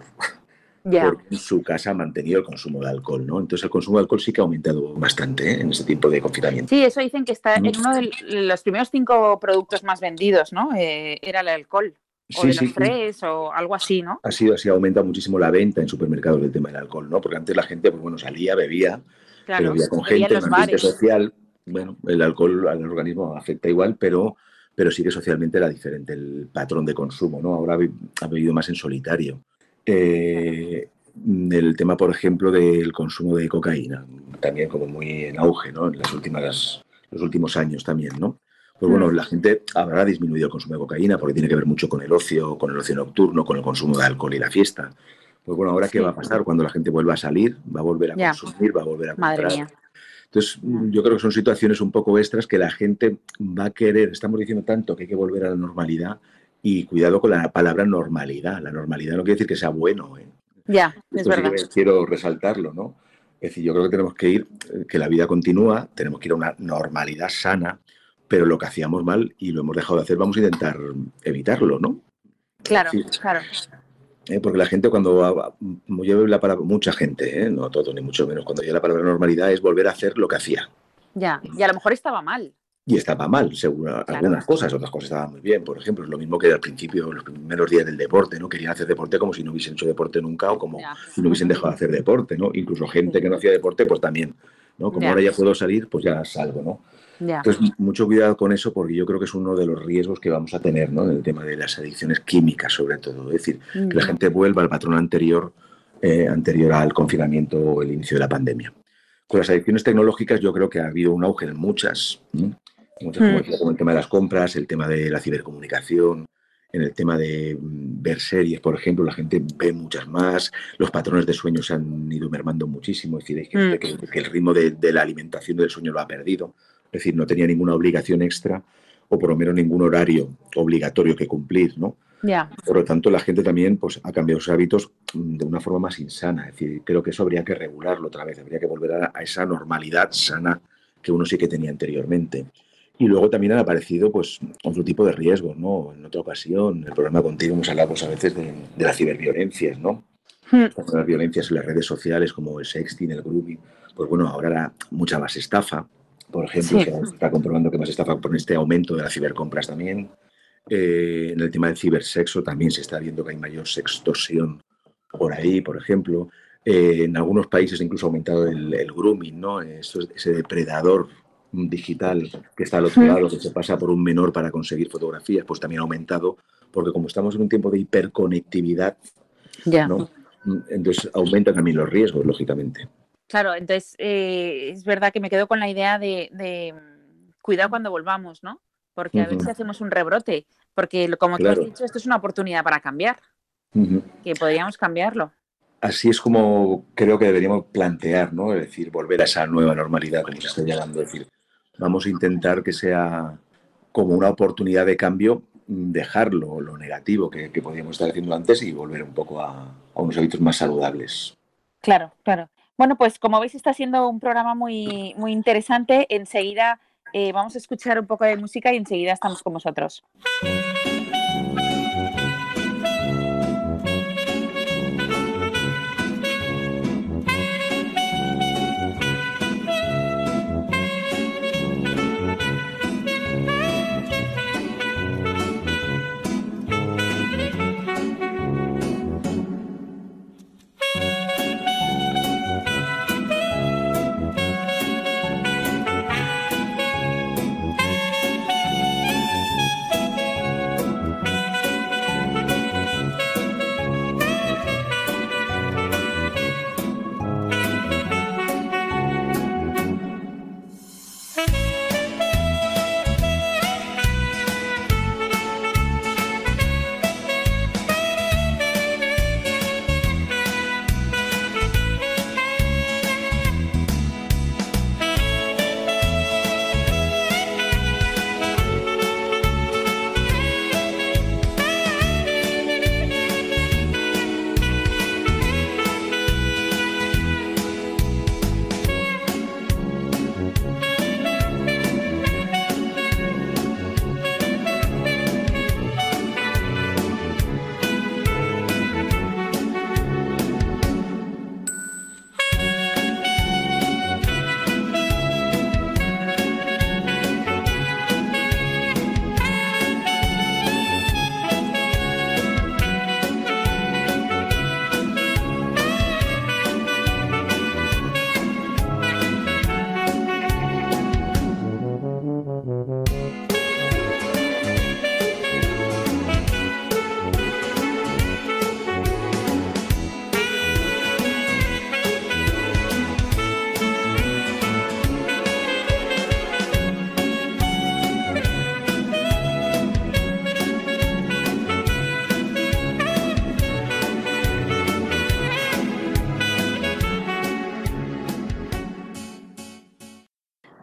[SPEAKER 2] ya.
[SPEAKER 3] porque en su casa ha mantenido el consumo de alcohol, ¿no? Entonces el consumo de alcohol sí que ha aumentado bastante, ¿eh? En este tiempo de confinamiento.
[SPEAKER 2] Sí, eso dicen que está
[SPEAKER 3] Mm.
[SPEAKER 2] en uno de los primeros cinco productos más vendidos, ¿no? Eh, era el alcohol. O
[SPEAKER 3] Sí,
[SPEAKER 2] de
[SPEAKER 3] sí,
[SPEAKER 2] los
[SPEAKER 3] sí.
[SPEAKER 2] tres, o algo así, ¿no?
[SPEAKER 3] Ha sido así, ha aumentado muchísimo la venta en supermercados del tema del alcohol, ¿no? Porque antes la gente, pues bueno, salía, bebía, pero
[SPEAKER 2] Claro,
[SPEAKER 3] bebía con
[SPEAKER 2] bebía en
[SPEAKER 3] gente, en
[SPEAKER 2] los
[SPEAKER 3] ambiente
[SPEAKER 2] bares.
[SPEAKER 3] social. Bueno, el alcohol al organismo afecta igual, pero, pero sí que socialmente era diferente el patrón de consumo, ¿no? Ahora ha be- ha bebido más en solitario.
[SPEAKER 2] Claro.
[SPEAKER 3] Eh, el tema, por ejemplo, del consumo de cocaína, también como muy en auge, ¿no? En las últimas, los últimos años también, ¿no? Pues bueno,
[SPEAKER 2] Mm,
[SPEAKER 3] la gente habrá disminuido el consumo de cocaína porque tiene que ver mucho con el ocio, con el ocio nocturno, con el consumo de alcohol y la fiesta. Pues bueno, ahora ¿qué va a
[SPEAKER 2] sí,
[SPEAKER 3] pasar? Cuando la gente vuelva a salir, va a volver a
[SPEAKER 2] ya,
[SPEAKER 3] consumir, va a volver a
[SPEAKER 2] madre
[SPEAKER 3] comprar.
[SPEAKER 2] mía.
[SPEAKER 3] Entonces,
[SPEAKER 2] Ya.
[SPEAKER 3] yo creo que son situaciones un poco extras que la gente va a querer. Estamos diciendo tanto que hay que volver a la normalidad y cuidado con la palabra normalidad. La normalidad no quiere decir que sea bueno, ¿eh?
[SPEAKER 2] Ya, es
[SPEAKER 3] Esto sí que
[SPEAKER 2] verdad.
[SPEAKER 3] quiero resaltarlo, ¿no? Es decir, yo creo que tenemos que ir, eh, que la vida continúa, tenemos que ir a una normalidad sana, pero lo que hacíamos mal y lo hemos dejado de hacer, vamos a intentar evitarlo, ¿no? Es
[SPEAKER 2] Claro,
[SPEAKER 3] decir,
[SPEAKER 2] claro.
[SPEAKER 3] eh, porque la gente cuando va- lleve la palabra, mucha gente, eh, no todo ni mucho menos, cuando llega la palabra normalidad es volver a hacer lo que hacía.
[SPEAKER 2] Ya. Y a lo mejor estaba mal.
[SPEAKER 3] Y estaba mal, según
[SPEAKER 2] Claro.
[SPEAKER 3] algunas cosas, otras cosas estaban muy bien. Por ejemplo, es lo mismo que al principio, los primeros días del deporte, ¿no? Querían hacer deporte como si no hubiesen hecho deporte nunca o como
[SPEAKER 2] Ya.
[SPEAKER 3] si no hubiesen dejado de hacer deporte, ¿no? Incluso gente
[SPEAKER 2] Sí.
[SPEAKER 3] que no hacía deporte, pues también, ¿no? Como
[SPEAKER 2] Ya,
[SPEAKER 3] ahora ya puedo salir, pues ya salgo, ¿no?
[SPEAKER 2] ya.
[SPEAKER 3] Entonces, mucho cuidado con eso porque yo creo que es uno de los riesgos que vamos a tener, ¿no? En el tema de las adicciones químicas, sobre todo. Es decir, que la
[SPEAKER 2] Mm,
[SPEAKER 3] gente vuelva al patrón anterior, eh, anterior al confinamiento o el inicio de la pandemia. Con las adicciones tecnológicas yo creo que ha habido un auge en muchas, ¿no? Muchas, como
[SPEAKER 2] mm,
[SPEAKER 3] decía, como el tema de las compras, el tema de la cibercomunicación, en el tema de mm, ver series, por ejemplo, la gente ve muchas más, los patrones de sueño se han ido mermando muchísimo, es decir, hay gente
[SPEAKER 2] mm,
[SPEAKER 3] que, que el ritmo de, de la alimentación y del sueño lo ha perdido, es decir, no tenía ninguna obligación extra o por lo menos ningún horario obligatorio que cumplir, ¿no?
[SPEAKER 2] ya.
[SPEAKER 3] Por lo tanto, la gente también pues, ha cambiado sus hábitos mm, de una forma más insana. Es decir, creo que eso habría que regularlo otra vez, habría que volver a, a esa normalidad sana que uno sí que tenía anteriormente. Y luego también han aparecido pues, otro tipo de riesgos, ¿no? En otra ocasión, en el programa contigo hemos hablado pues, a veces de, de las ciberviolencias, ¿no?
[SPEAKER 2] Mm,
[SPEAKER 3] Las violencias en las redes sociales como el sexting, el grooming. Pues bueno, ahora era mucha más estafa. Por ejemplo,
[SPEAKER 2] sí.
[SPEAKER 3] se está comprobando que más estafa por este aumento de las cibercompras también. Eh, en el tema del cibersexo también se está viendo que hay mayor sextorsión por ahí, por ejemplo. Eh, en algunos países incluso ha aumentado el, el grooming, ¿no? Eso es ese depredador digital que está al otro
[SPEAKER 2] Mm,
[SPEAKER 3] lado, que se pasa por un menor para conseguir fotografías, pues también ha aumentado, porque como estamos en un tiempo de hiperconectividad,
[SPEAKER 2] ya.
[SPEAKER 3] ¿no? Entonces aumentan también los riesgos, lógicamente.
[SPEAKER 2] Claro, entonces eh, es verdad que me quedo con la idea de, de mm, cuidado cuando volvamos, ¿no? Porque a ver
[SPEAKER 3] Ujú,
[SPEAKER 2] si hacemos un rebrote. Porque lo- como tú has
[SPEAKER 3] claro.
[SPEAKER 2] dicho, esto es una oportunidad para cambiar,
[SPEAKER 3] Ujú.
[SPEAKER 2] que podríamos cambiarlo.
[SPEAKER 3] Así es como creo que deberíamos plantear, ¿no? Es decir, volver a esa nueva normalidad, como se está llamando. Es decir, vamos a intentar que sea como una oportunidad de cambio, mm, dejar lo, lo negativo que, que podíamos estar haciendo antes y volver un poco a, a unos hábitos más saludables.
[SPEAKER 2] Claro, claro. Bueno, pues como veis está siendo un programa muy, muy interesante. Enseguida eh, vamos a escuchar un poco de música y enseguida estamos con vosotros.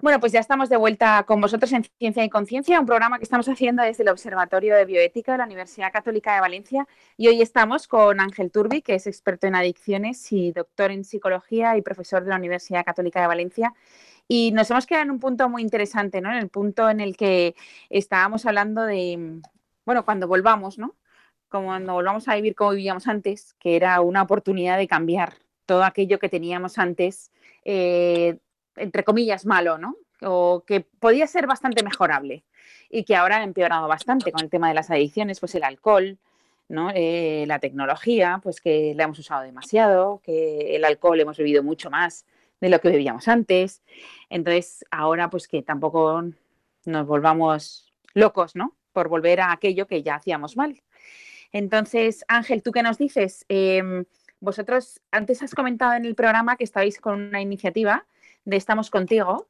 [SPEAKER 2] Bueno, pues ya estamos de vuelta con vosotros en Ciencia y Conciencia, un programa que estamos haciendo desde el Observatorio de Bioética de la Universidad Católica de Valencia. Y hoy estamos con Ángel Turbi, que es experto en adicciones y doctor en psicología y profesor de la Universidad Católica de Valencia. Y nos hemos quedado en un punto muy interesante, ¿no? En el punto en el que estábamos hablando de, bueno, cuando volvamos, ¿no? Como cuando volvamos a vivir como vivíamos antes, que era una oportunidad de cambiar todo aquello que teníamos antes, eh, entre comillas, malo, ¿no? O que podía ser bastante mejorable y que ahora ha empeorado bastante con el tema de las adicciones, pues el alcohol, ¿no? Eh, la tecnología, pues que la hemos usado demasiado, que el alcohol hemos bebido mucho más de lo que bebíamos antes. Entonces, ahora pues que tampoco nos volvamos locos, ¿no? Por volver a aquello que ya hacíamos mal. Entonces, Ángel, ¿tú qué nos dices? Eh, vosotros, antes has comentado en el programa que estáis con una iniciativa de Estamos Contigo,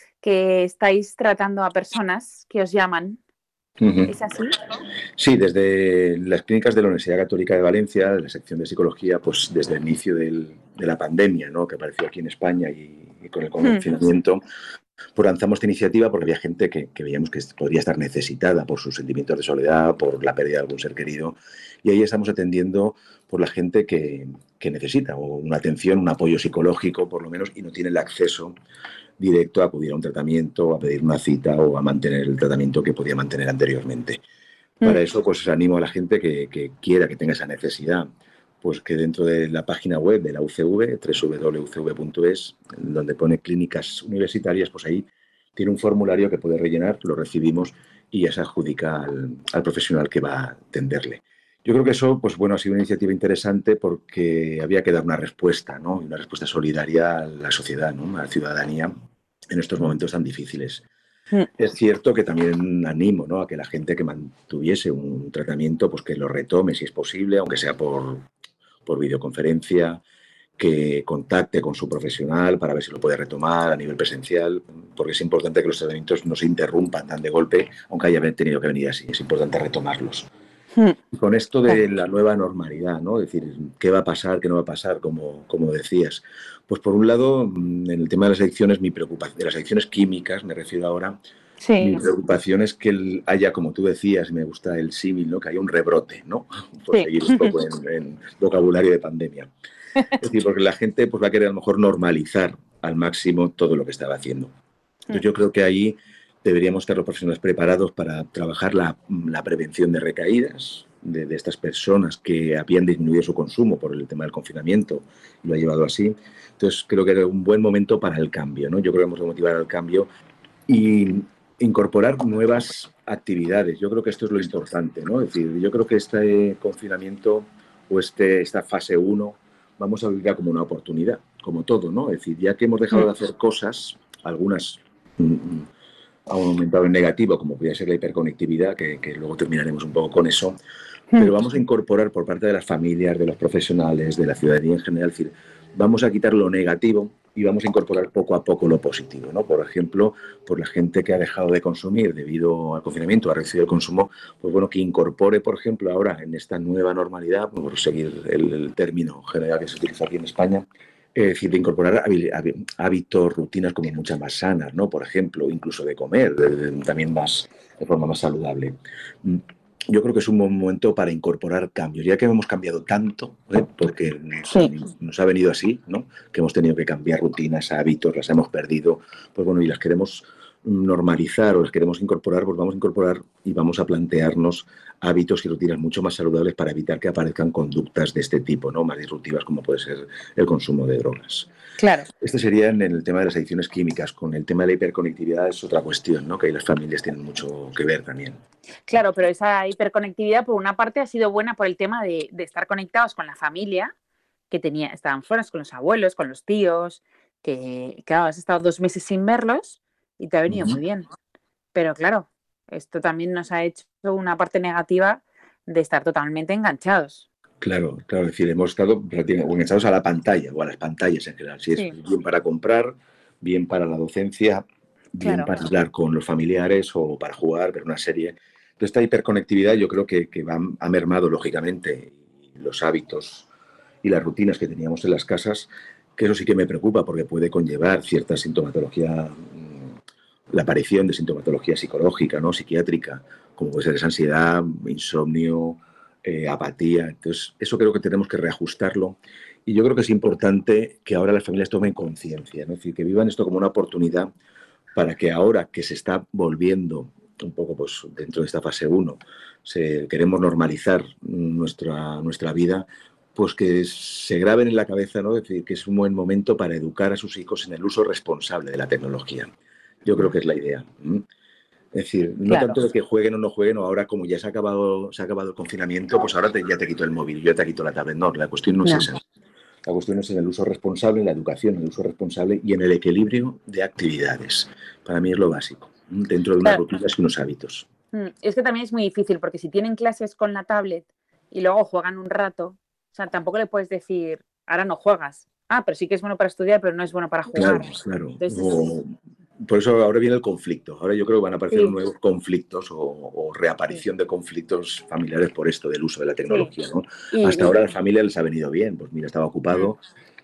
[SPEAKER 2] que estáis tratando a personas que os llaman. Uh-huh. ¿Es así?
[SPEAKER 3] Sí, desde las clínicas de la Universidad Católica de Valencia, de la sección de psicología, pues desde el inicio del, de la pandemia, ¿no? Que apareció aquí en España y, y con el confinamiento, uh-huh. pues lanzamos esta iniciativa porque había gente que, que veíamos que podría estar necesitada por sus sentimientos de soledad, por la pérdida de algún ser querido, y ahí estamos atendiendo por la gente que, que necesita o una atención, un apoyo psicológico por lo menos, y no tiene el acceso directo a acudir a un tratamiento, a pedir una cita o a mantener el tratamiento que podía mantener anteriormente. Mm. Para eso, pues animo a la gente que, que quiera, que tenga esa necesidad, pues que dentro de la página web de la U C V, doble u doble u doble u punto u c v punto es, donde pone clínicas universitarias, pues ahí tiene un formulario que puede rellenar, lo recibimos y ya se adjudica al, al profesional que va a atenderle. Yo creo que eso, pues bueno, ha sido una iniciativa interesante porque había que dar una respuesta, ¿no? Una respuesta solidaria a la sociedad, ¿no? A la ciudadanía en estos momentos tan difíciles. Mm. Es cierto que también animo, ¿no? A que la gente que mantuviese un tratamiento, pues que lo retome si es posible, aunque sea por, por videoconferencia, que contacte con su profesional para ver si lo puede retomar a nivel presencial, porque es importante que los tratamientos no se interrumpan tan de golpe, aunque haya tenido que venir así, es importante retomarlos. Y con esto de la nueva normalidad, ¿no? Es decir, ¿qué va a pasar, qué no va a pasar, como, como decías? Pues por un lado, en el tema de las adicciones, mi preocupación, de las adicciones químicas, me refiero ahora, sí. Mi preocupación es que haya, como tú decías, me gusta el símil, ¿no? Que haya un rebrote, ¿no? Por sí. seguir un poco en, en vocabulario de pandemia. Es decir, porque la gente pues, va a querer a lo mejor normalizar al máximo todo lo que estaba haciendo. Entonces yo creo que ahí deberíamos estar los profesionales preparados para trabajar la, la prevención de recaídas de, de estas personas que habían disminuido su consumo por el tema del confinamiento y lo ha llevado así. Entonces creo que era un buen momento para el cambio, ¿no? Yo creo que hemos de motivar al cambio y incorporar nuevas actividades. Yo creo que esto es lo importante, ¿no? Es decir, yo creo que este confinamiento o este, esta fase uno vamos a vivirla como una oportunidad, como todo, ¿no? Es decir, ya que hemos dejado de hacer cosas, algunas mm, ha aumentado en negativo, como podría ser la hiperconectividad, que, que luego terminaremos un poco con eso, pero vamos a incorporar por parte de las familias, de los profesionales, de la ciudadanía en general, es decir, vamos a quitar lo negativo y vamos a incorporar poco a poco lo positivo, ¿no? Por ejemplo, por la gente que ha dejado de consumir debido al confinamiento, ha reducido el consumo, pues bueno, que incorpore, por ejemplo, ahora en esta nueva normalidad, por seguir el, el término general que se utiliza aquí en España, es decir, de incorporar hábitos, rutinas como muchas más sanas, ¿no? Por ejemplo, incluso de comer, de, de, también más, de forma más saludable. Yo creo que es un buen momento para incorporar cambios, ya que hemos cambiado tanto, ¿eh? Porque nos, sí. nos ha venido así, ¿no? Que hemos tenido que cambiar rutinas, hábitos, las hemos perdido, pues bueno, y las queremos normalizar o las queremos incorporar, pues vamos a incorporar y vamos a plantearnos hábitos y rutinas mucho más saludables para evitar que aparezcan conductas de este tipo, ¿no? Más disruptivas como puede ser el consumo de drogas.
[SPEAKER 2] Claro.
[SPEAKER 3] Este sería en el tema de las adicciones químicas. Con el tema de la hiperconectividad es otra cuestión, ¿no? Que ahí las familias tienen mucho que ver también.
[SPEAKER 2] Claro, pero esa hiperconectividad por una parte ha sido buena por el tema de, de estar conectados con la familia, que tenía, estaban fuera, con los abuelos, con los tíos, que claro, has estado dos meses sin verlos y te ha venido uh-huh. muy bien. Pero claro, esto también nos ha hecho una parte negativa de estar totalmente enganchados.
[SPEAKER 3] Claro, claro, es decir, hemos estado enganchados a la pantalla o a las pantallas en general. Si es sí. bien para comprar, bien para la docencia, bien claro. para hablar con los familiares o para jugar, ver una serie. Entonces, esta hiperconectividad yo creo que, que va, ha mermado, lógicamente, los hábitos y las rutinas que teníamos en las casas, que eso sí que me preocupa porque puede conllevar cierta sintomatología la aparición de sintomatología psicológica, ¿no? Psiquiátrica, como puede ser esa ansiedad, insomnio, eh, apatía. Entonces, eso creo que tenemos que reajustarlo. Y yo creo que es importante que ahora las familias tomen conciencia, ¿no? Es decir, que vivan esto como una oportunidad para que ahora que se está volviendo un poco pues, dentro de esta fase uno, se, queremos normalizar nuestra, nuestra vida, pues que se graben en la cabeza, ¿no? Es decir, que es un buen momento para educar a sus hijos en el uso responsable de la tecnología. Yo creo que es la idea. ¿m? Es decir, no
[SPEAKER 2] Claro.
[SPEAKER 3] tanto de que jueguen o no jueguen, o ahora como ya se ha acabado, se ha acabado el confinamiento, pues ahora te, ya te quito el móvil, ya te quito la tablet. No, la cuestión no,
[SPEAKER 2] No.
[SPEAKER 3] es esa. La cuestión es en el uso responsable, en la educación, en el uso responsable y en el equilibrio de actividades. Para mí es lo básico, ¿m? Dentro de unas
[SPEAKER 2] Claro.
[SPEAKER 3] rutinas y unos hábitos.
[SPEAKER 2] Mm, Es que también es muy difícil porque si tienen clases con la tablet y luego juegan un rato, o sea, tampoco le puedes decir, ahora no juegas. Ah, pero sí que es bueno para estudiar, pero no es bueno para jugar.
[SPEAKER 3] Claro, claro.
[SPEAKER 2] Entonces,
[SPEAKER 3] O- por eso ahora viene el conflicto. Ahora yo creo que van a aparecer
[SPEAKER 2] Sí.
[SPEAKER 3] nuevos conflictos o, o reaparición de conflictos familiares por esto del uso de la tecnología, ¿no?
[SPEAKER 2] y,
[SPEAKER 3] Hasta
[SPEAKER 2] y-
[SPEAKER 3] ahora a la familia les ha venido bien. Pues mira, estaba ocupado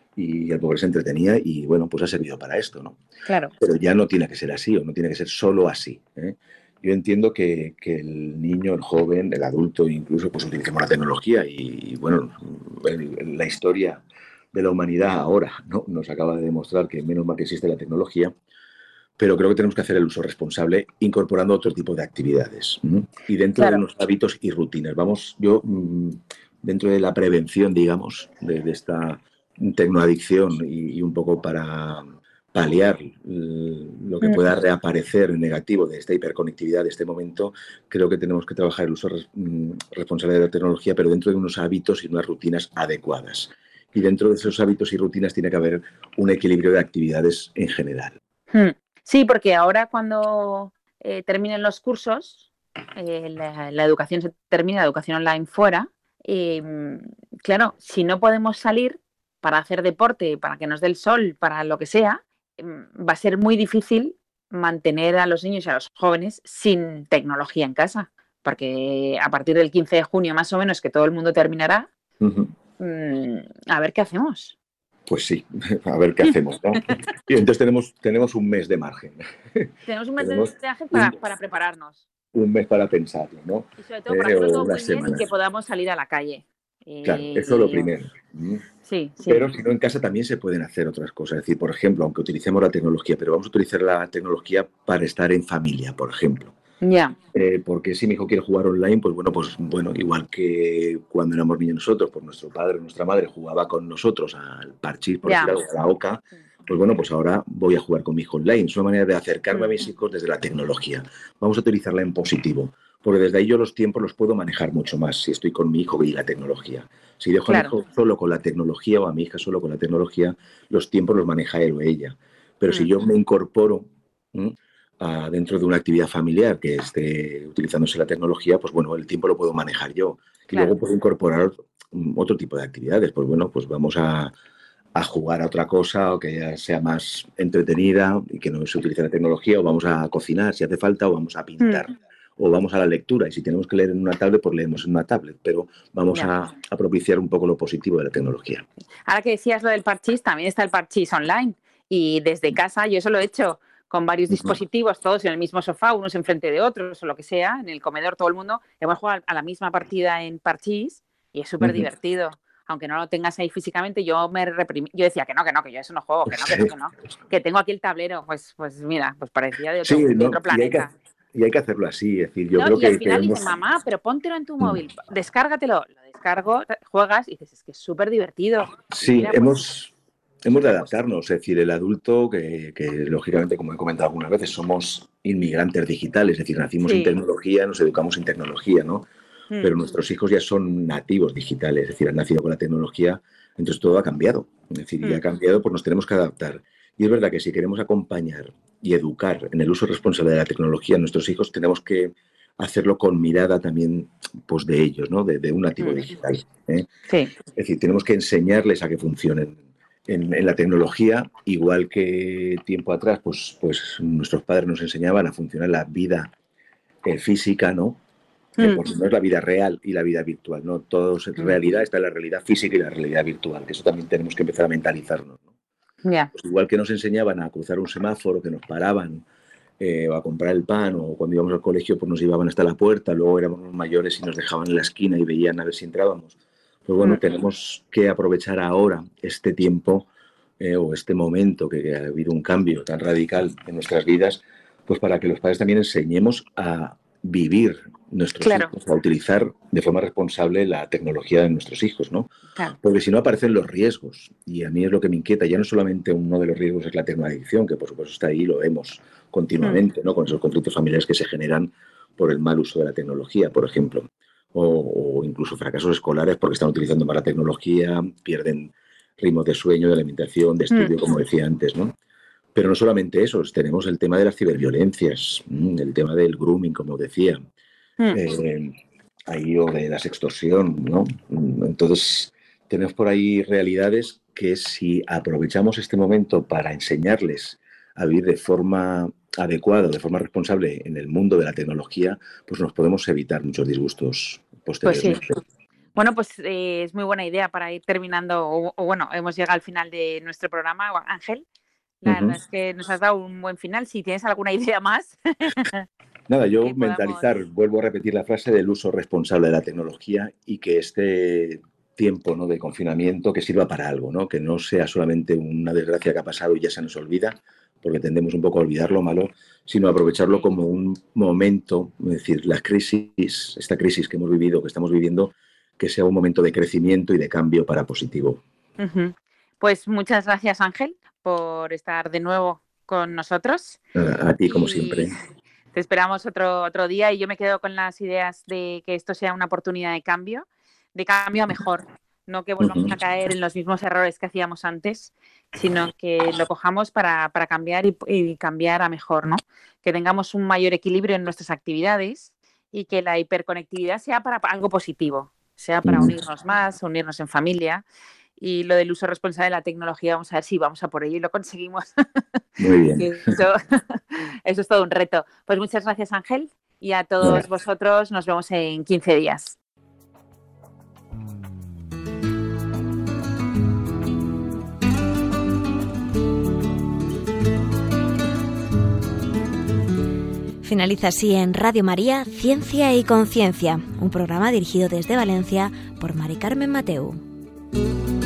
[SPEAKER 3] y el pobre se entretenía y bueno, pues ha servido para esto, ¿no?
[SPEAKER 2] claro,
[SPEAKER 3] Pero ya no tiene que ser así o no tiene que ser solo así, ¿eh? Yo entiendo que, que el niño, el joven, el adulto incluso, pues utilicemos la tecnología y, y, bueno, el- la historia de la humanidad ahora, ¿no? Nos acaba de demostrar que menos mal que existe la tecnología, pero creo que tenemos que hacer el uso responsable incorporando otro tipo de actividades, ¿m? Y dentro
[SPEAKER 2] Claro.
[SPEAKER 3] de unos hábitos y rutinas. Vamos, yo, mm, dentro de la prevención, digamos, de, de esta tecnoadicción y, y un poco para paliar eh, lo que
[SPEAKER 2] Mm.
[SPEAKER 3] pueda reaparecer en negativo de esta hiperconectividad de este momento, creo que tenemos que trabajar el uso res- mm, responsable de la tecnología, pero dentro de unos hábitos y unas rutinas adecuadas. Y dentro de esos hábitos y rutinas tiene que haber un equilibrio de actividades en general.
[SPEAKER 2] Mm. Sí, porque ahora cuando eh, terminen los cursos, eh, la, la educación se termina, la educación online fuera, eh, claro, si no podemos salir para hacer deporte, para que nos dé el sol, para lo que sea, mm, va a ser muy difícil mantener a los niños y a los jóvenes sin tecnología en casa, porque a partir del quince de junio más o menos que todo el mundo terminará,
[SPEAKER 3] Ujú.
[SPEAKER 2] mm, a ver qué hacemos.
[SPEAKER 3] Pues sí, a ver qué hacemos, ¿no? Y entonces tenemos, tenemos un mes de margen,
[SPEAKER 2] Tenemos un mes de
[SPEAKER 3] Tenemos
[SPEAKER 2] viaje para,
[SPEAKER 3] un-
[SPEAKER 2] para prepararnos.
[SPEAKER 3] un mes para pensarlo, ¿no?
[SPEAKER 2] Y sobre todo para
[SPEAKER 3] Eh,
[SPEAKER 2] hacerlo
[SPEAKER 3] o
[SPEAKER 2] todo
[SPEAKER 3] unas
[SPEAKER 2] muy bien y
[SPEAKER 3] semanas.
[SPEAKER 2] que podamos salir a la calle.
[SPEAKER 3] Claro,
[SPEAKER 2] Eh,
[SPEAKER 3] eso es lo primero. Mm.
[SPEAKER 2] Sí, sí.
[SPEAKER 3] Pero si no, en casa también se pueden hacer otras cosas. Es decir, por ejemplo, aunque utilicemos la tecnología, pero vamos a utilizar la tecnología para estar en familia, por ejemplo.
[SPEAKER 2] Ya,
[SPEAKER 3] Eh, porque si mi hijo quiere jugar online, pues bueno, pues bueno, igual que cuando éramos niños nosotros, pues nuestro padre o nuestra madre jugaba con nosotros al parchís, por
[SPEAKER 2] Ya.
[SPEAKER 3] decir algo, a la oca, pues bueno, pues ahora voy a jugar con mi hijo online. Es una manera de acercarme a
[SPEAKER 2] Mm.
[SPEAKER 3] mis hijos desde la tecnología. Vamos a utilizarla en positivo, porque desde ahí yo los tiempos los puedo manejar mucho más si estoy con mi hijo y la tecnología. Si dejo
[SPEAKER 2] Claro.
[SPEAKER 3] a mi hijo solo con la tecnología o a mi hija solo con la tecnología, los tiempos los maneja él o ella. Pero si
[SPEAKER 2] Mm.
[SPEAKER 3] yo me incorporo, ¿m? a, dentro de una actividad familiar que esté utilizándose la tecnología, pues bueno, el tiempo lo puedo manejar yo. Y
[SPEAKER 2] Claro.
[SPEAKER 3] luego puedo incorporar mm, otro tipo de actividades. Pues bueno, pues vamos a, a jugar a otra cosa o que ya sea más entretenida y que no se utilice la tecnología, o vamos a cocinar si hace falta, o vamos a pintar.
[SPEAKER 2] Mm.
[SPEAKER 3] O vamos a la lectura, y si tenemos que leer en una tablet, pues leemos en una tablet, pero vamos
[SPEAKER 2] Ya.
[SPEAKER 3] a, a propiciar un poco lo positivo de la tecnología.
[SPEAKER 2] Ahora que decías lo del parchís, también está el parchís online. Y desde casa yo eso lo he hecho con varios
[SPEAKER 3] Ujú.
[SPEAKER 2] dispositivos, todos en el mismo sofá, unos enfrente de otros o lo que sea, en el comedor todo el mundo. Hemos jugado a la misma partida en parchís y es súper
[SPEAKER 3] Ujú.
[SPEAKER 2] divertido. Aunque no lo tengas ahí físicamente, yo me reprimí. Yo decía que no, que no, que yo eso no juego, que no, que no, que no. Que tengo aquí el tablero. Pues, pues mira, pues parecía de otro,
[SPEAKER 3] Sí,
[SPEAKER 2] de
[SPEAKER 3] no,
[SPEAKER 2] otro
[SPEAKER 3] y, hay que,
[SPEAKER 2] planeta.
[SPEAKER 3] y hay que hacerlo así. Es decir, yo
[SPEAKER 2] No,
[SPEAKER 3] creo
[SPEAKER 2] y
[SPEAKER 3] que
[SPEAKER 2] al final
[SPEAKER 3] tenemos...
[SPEAKER 2] dicen, mamá, pero póntelo en tu
[SPEAKER 3] Mm.
[SPEAKER 2] móvil, descárgatelo. Lo descargo, juegas y dices, es que es súper divertido. Y
[SPEAKER 3] Sí,
[SPEAKER 2] mira, pues,
[SPEAKER 3] hemos, hemos de adaptarnos. Es decir, el adulto, que, que lógicamente, como he comentado algunas veces, somos inmigrantes digitales. Es decir, nacimos
[SPEAKER 2] Sí.
[SPEAKER 3] en tecnología, nos educamos en tecnología, ¿no?
[SPEAKER 2] mm,
[SPEAKER 3] Pero nuestros hijos ya son nativos digitales. Es decir, han nacido con la tecnología, entonces todo ha cambiado. Es decir, y ha
[SPEAKER 2] Mm.
[SPEAKER 3] cambiado, pues nos tenemos que adaptar. Y es verdad que si queremos acompañar y educar en el uso responsable de la tecnología a nuestros hijos, tenemos que hacerlo con mirada también, pues, de ellos, ¿no? De, de un nativo
[SPEAKER 2] Mm.
[SPEAKER 3] digital, ¿eh?
[SPEAKER 2] sí,
[SPEAKER 3] Es decir, tenemos que enseñarles a que funcionen en, en la tecnología, igual que tiempo atrás, pues, pues nuestros padres nos enseñaban a funcionar la vida eh, física, ¿no? Eh,
[SPEAKER 2] Mm.
[SPEAKER 3] porque no es la vida real y la vida virtual, ¿no? Todo es realidad, está la realidad física y la realidad virtual, que eso también tenemos que empezar a mentalizarnos, ¿no?
[SPEAKER 2] ya.
[SPEAKER 3] Pues igual que nos enseñaban a cruzar un semáforo, que nos paraban eh, a comprar el pan, o cuando íbamos al colegio pues nos llevaban hasta la puerta, luego éramos mayores y nos dejaban en la esquina y veían a ver si entrábamos. Pues bueno, mm. tenemos que aprovechar ahora este tiempo eh, o este momento que, que ha habido un cambio tan radical en nuestras vidas, pues para que los padres también enseñemos a vivir nuestros claro. hijos, a utilizar de forma responsable la tecnología de nuestros hijos, ¿no? Claro. Porque si no aparecen los riesgos, y a mí es lo que me inquieta, ya no solamente uno de los riesgos es la tecnoadicción, que por supuesto está ahí, lo vemos continuamente, mm. ¿no? Con esos conflictos familiares que se generan por el mal uso de la tecnología, por ejemplo, o, o incluso fracasos escolares porque están utilizando más la tecnología, pierden ritmos de sueño, de alimentación, de estudio, mm. como decía antes, ¿no? Pero no solamente eso, tenemos el tema de las ciberviolencias, el tema del grooming, como decía, mm. eh, ahí, o de la sextorsión, ¿no? Entonces, tenemos por ahí realidades que si aprovechamos este momento para enseñarles a vivir de forma adecuada, de forma responsable en el mundo de la tecnología, pues nos podemos evitar muchos disgustos posteriormente.
[SPEAKER 2] Pues sí. Bueno, pues eh, es muy buena idea para ir terminando, o, o bueno, hemos llegado al final de nuestro programa, Ángel. La uh-huh. verdad es que nos has dado un buen final. Si tienes alguna idea más.
[SPEAKER 3] Nada, yo mentalizar, podamos... vuelvo a repetir la frase del uso responsable de la tecnología y que este tiempo, ¿no?, de confinamiento que sirva para algo, ¿no? Que no sea solamente una desgracia que ha pasado y ya se nos olvida, porque tendemos un poco a olvidar lo malo, sino aprovecharlo como un momento, es decir, la crisis, esta crisis que hemos vivido, que estamos viviendo, que sea un momento de crecimiento y de cambio para positivo.
[SPEAKER 2] Uh-huh. Pues muchas gracias, Ángel, por estar de nuevo con nosotros.
[SPEAKER 3] A, a ti, como y siempre.
[SPEAKER 2] Te esperamos otro, otro día y yo me quedo con las ideas de que esto sea una oportunidad de cambio, de cambio a mejor, no que volvamos uh-huh. a caer en los mismos errores que hacíamos antes, sino que lo cojamos para, para cambiar y, y cambiar a mejor, ¿no? Que tengamos un mayor equilibrio en nuestras actividades y que la hiperconectividad sea para algo positivo, sea para uh-huh. unirnos más, unirnos en familia. Y lo del uso responsable de la tecnología, vamos a ver si vamos a por ello y lo conseguimos.
[SPEAKER 3] Muy bien.
[SPEAKER 2] Eso, eso es todo un reto. Pues muchas gracias, Ángel, y a todos bueno. vosotros nos vemos en quince días.
[SPEAKER 1] Finaliza así en Radio María Ciencia y Conciencia, un programa dirigido desde Valencia por Mari Carmen Mateu.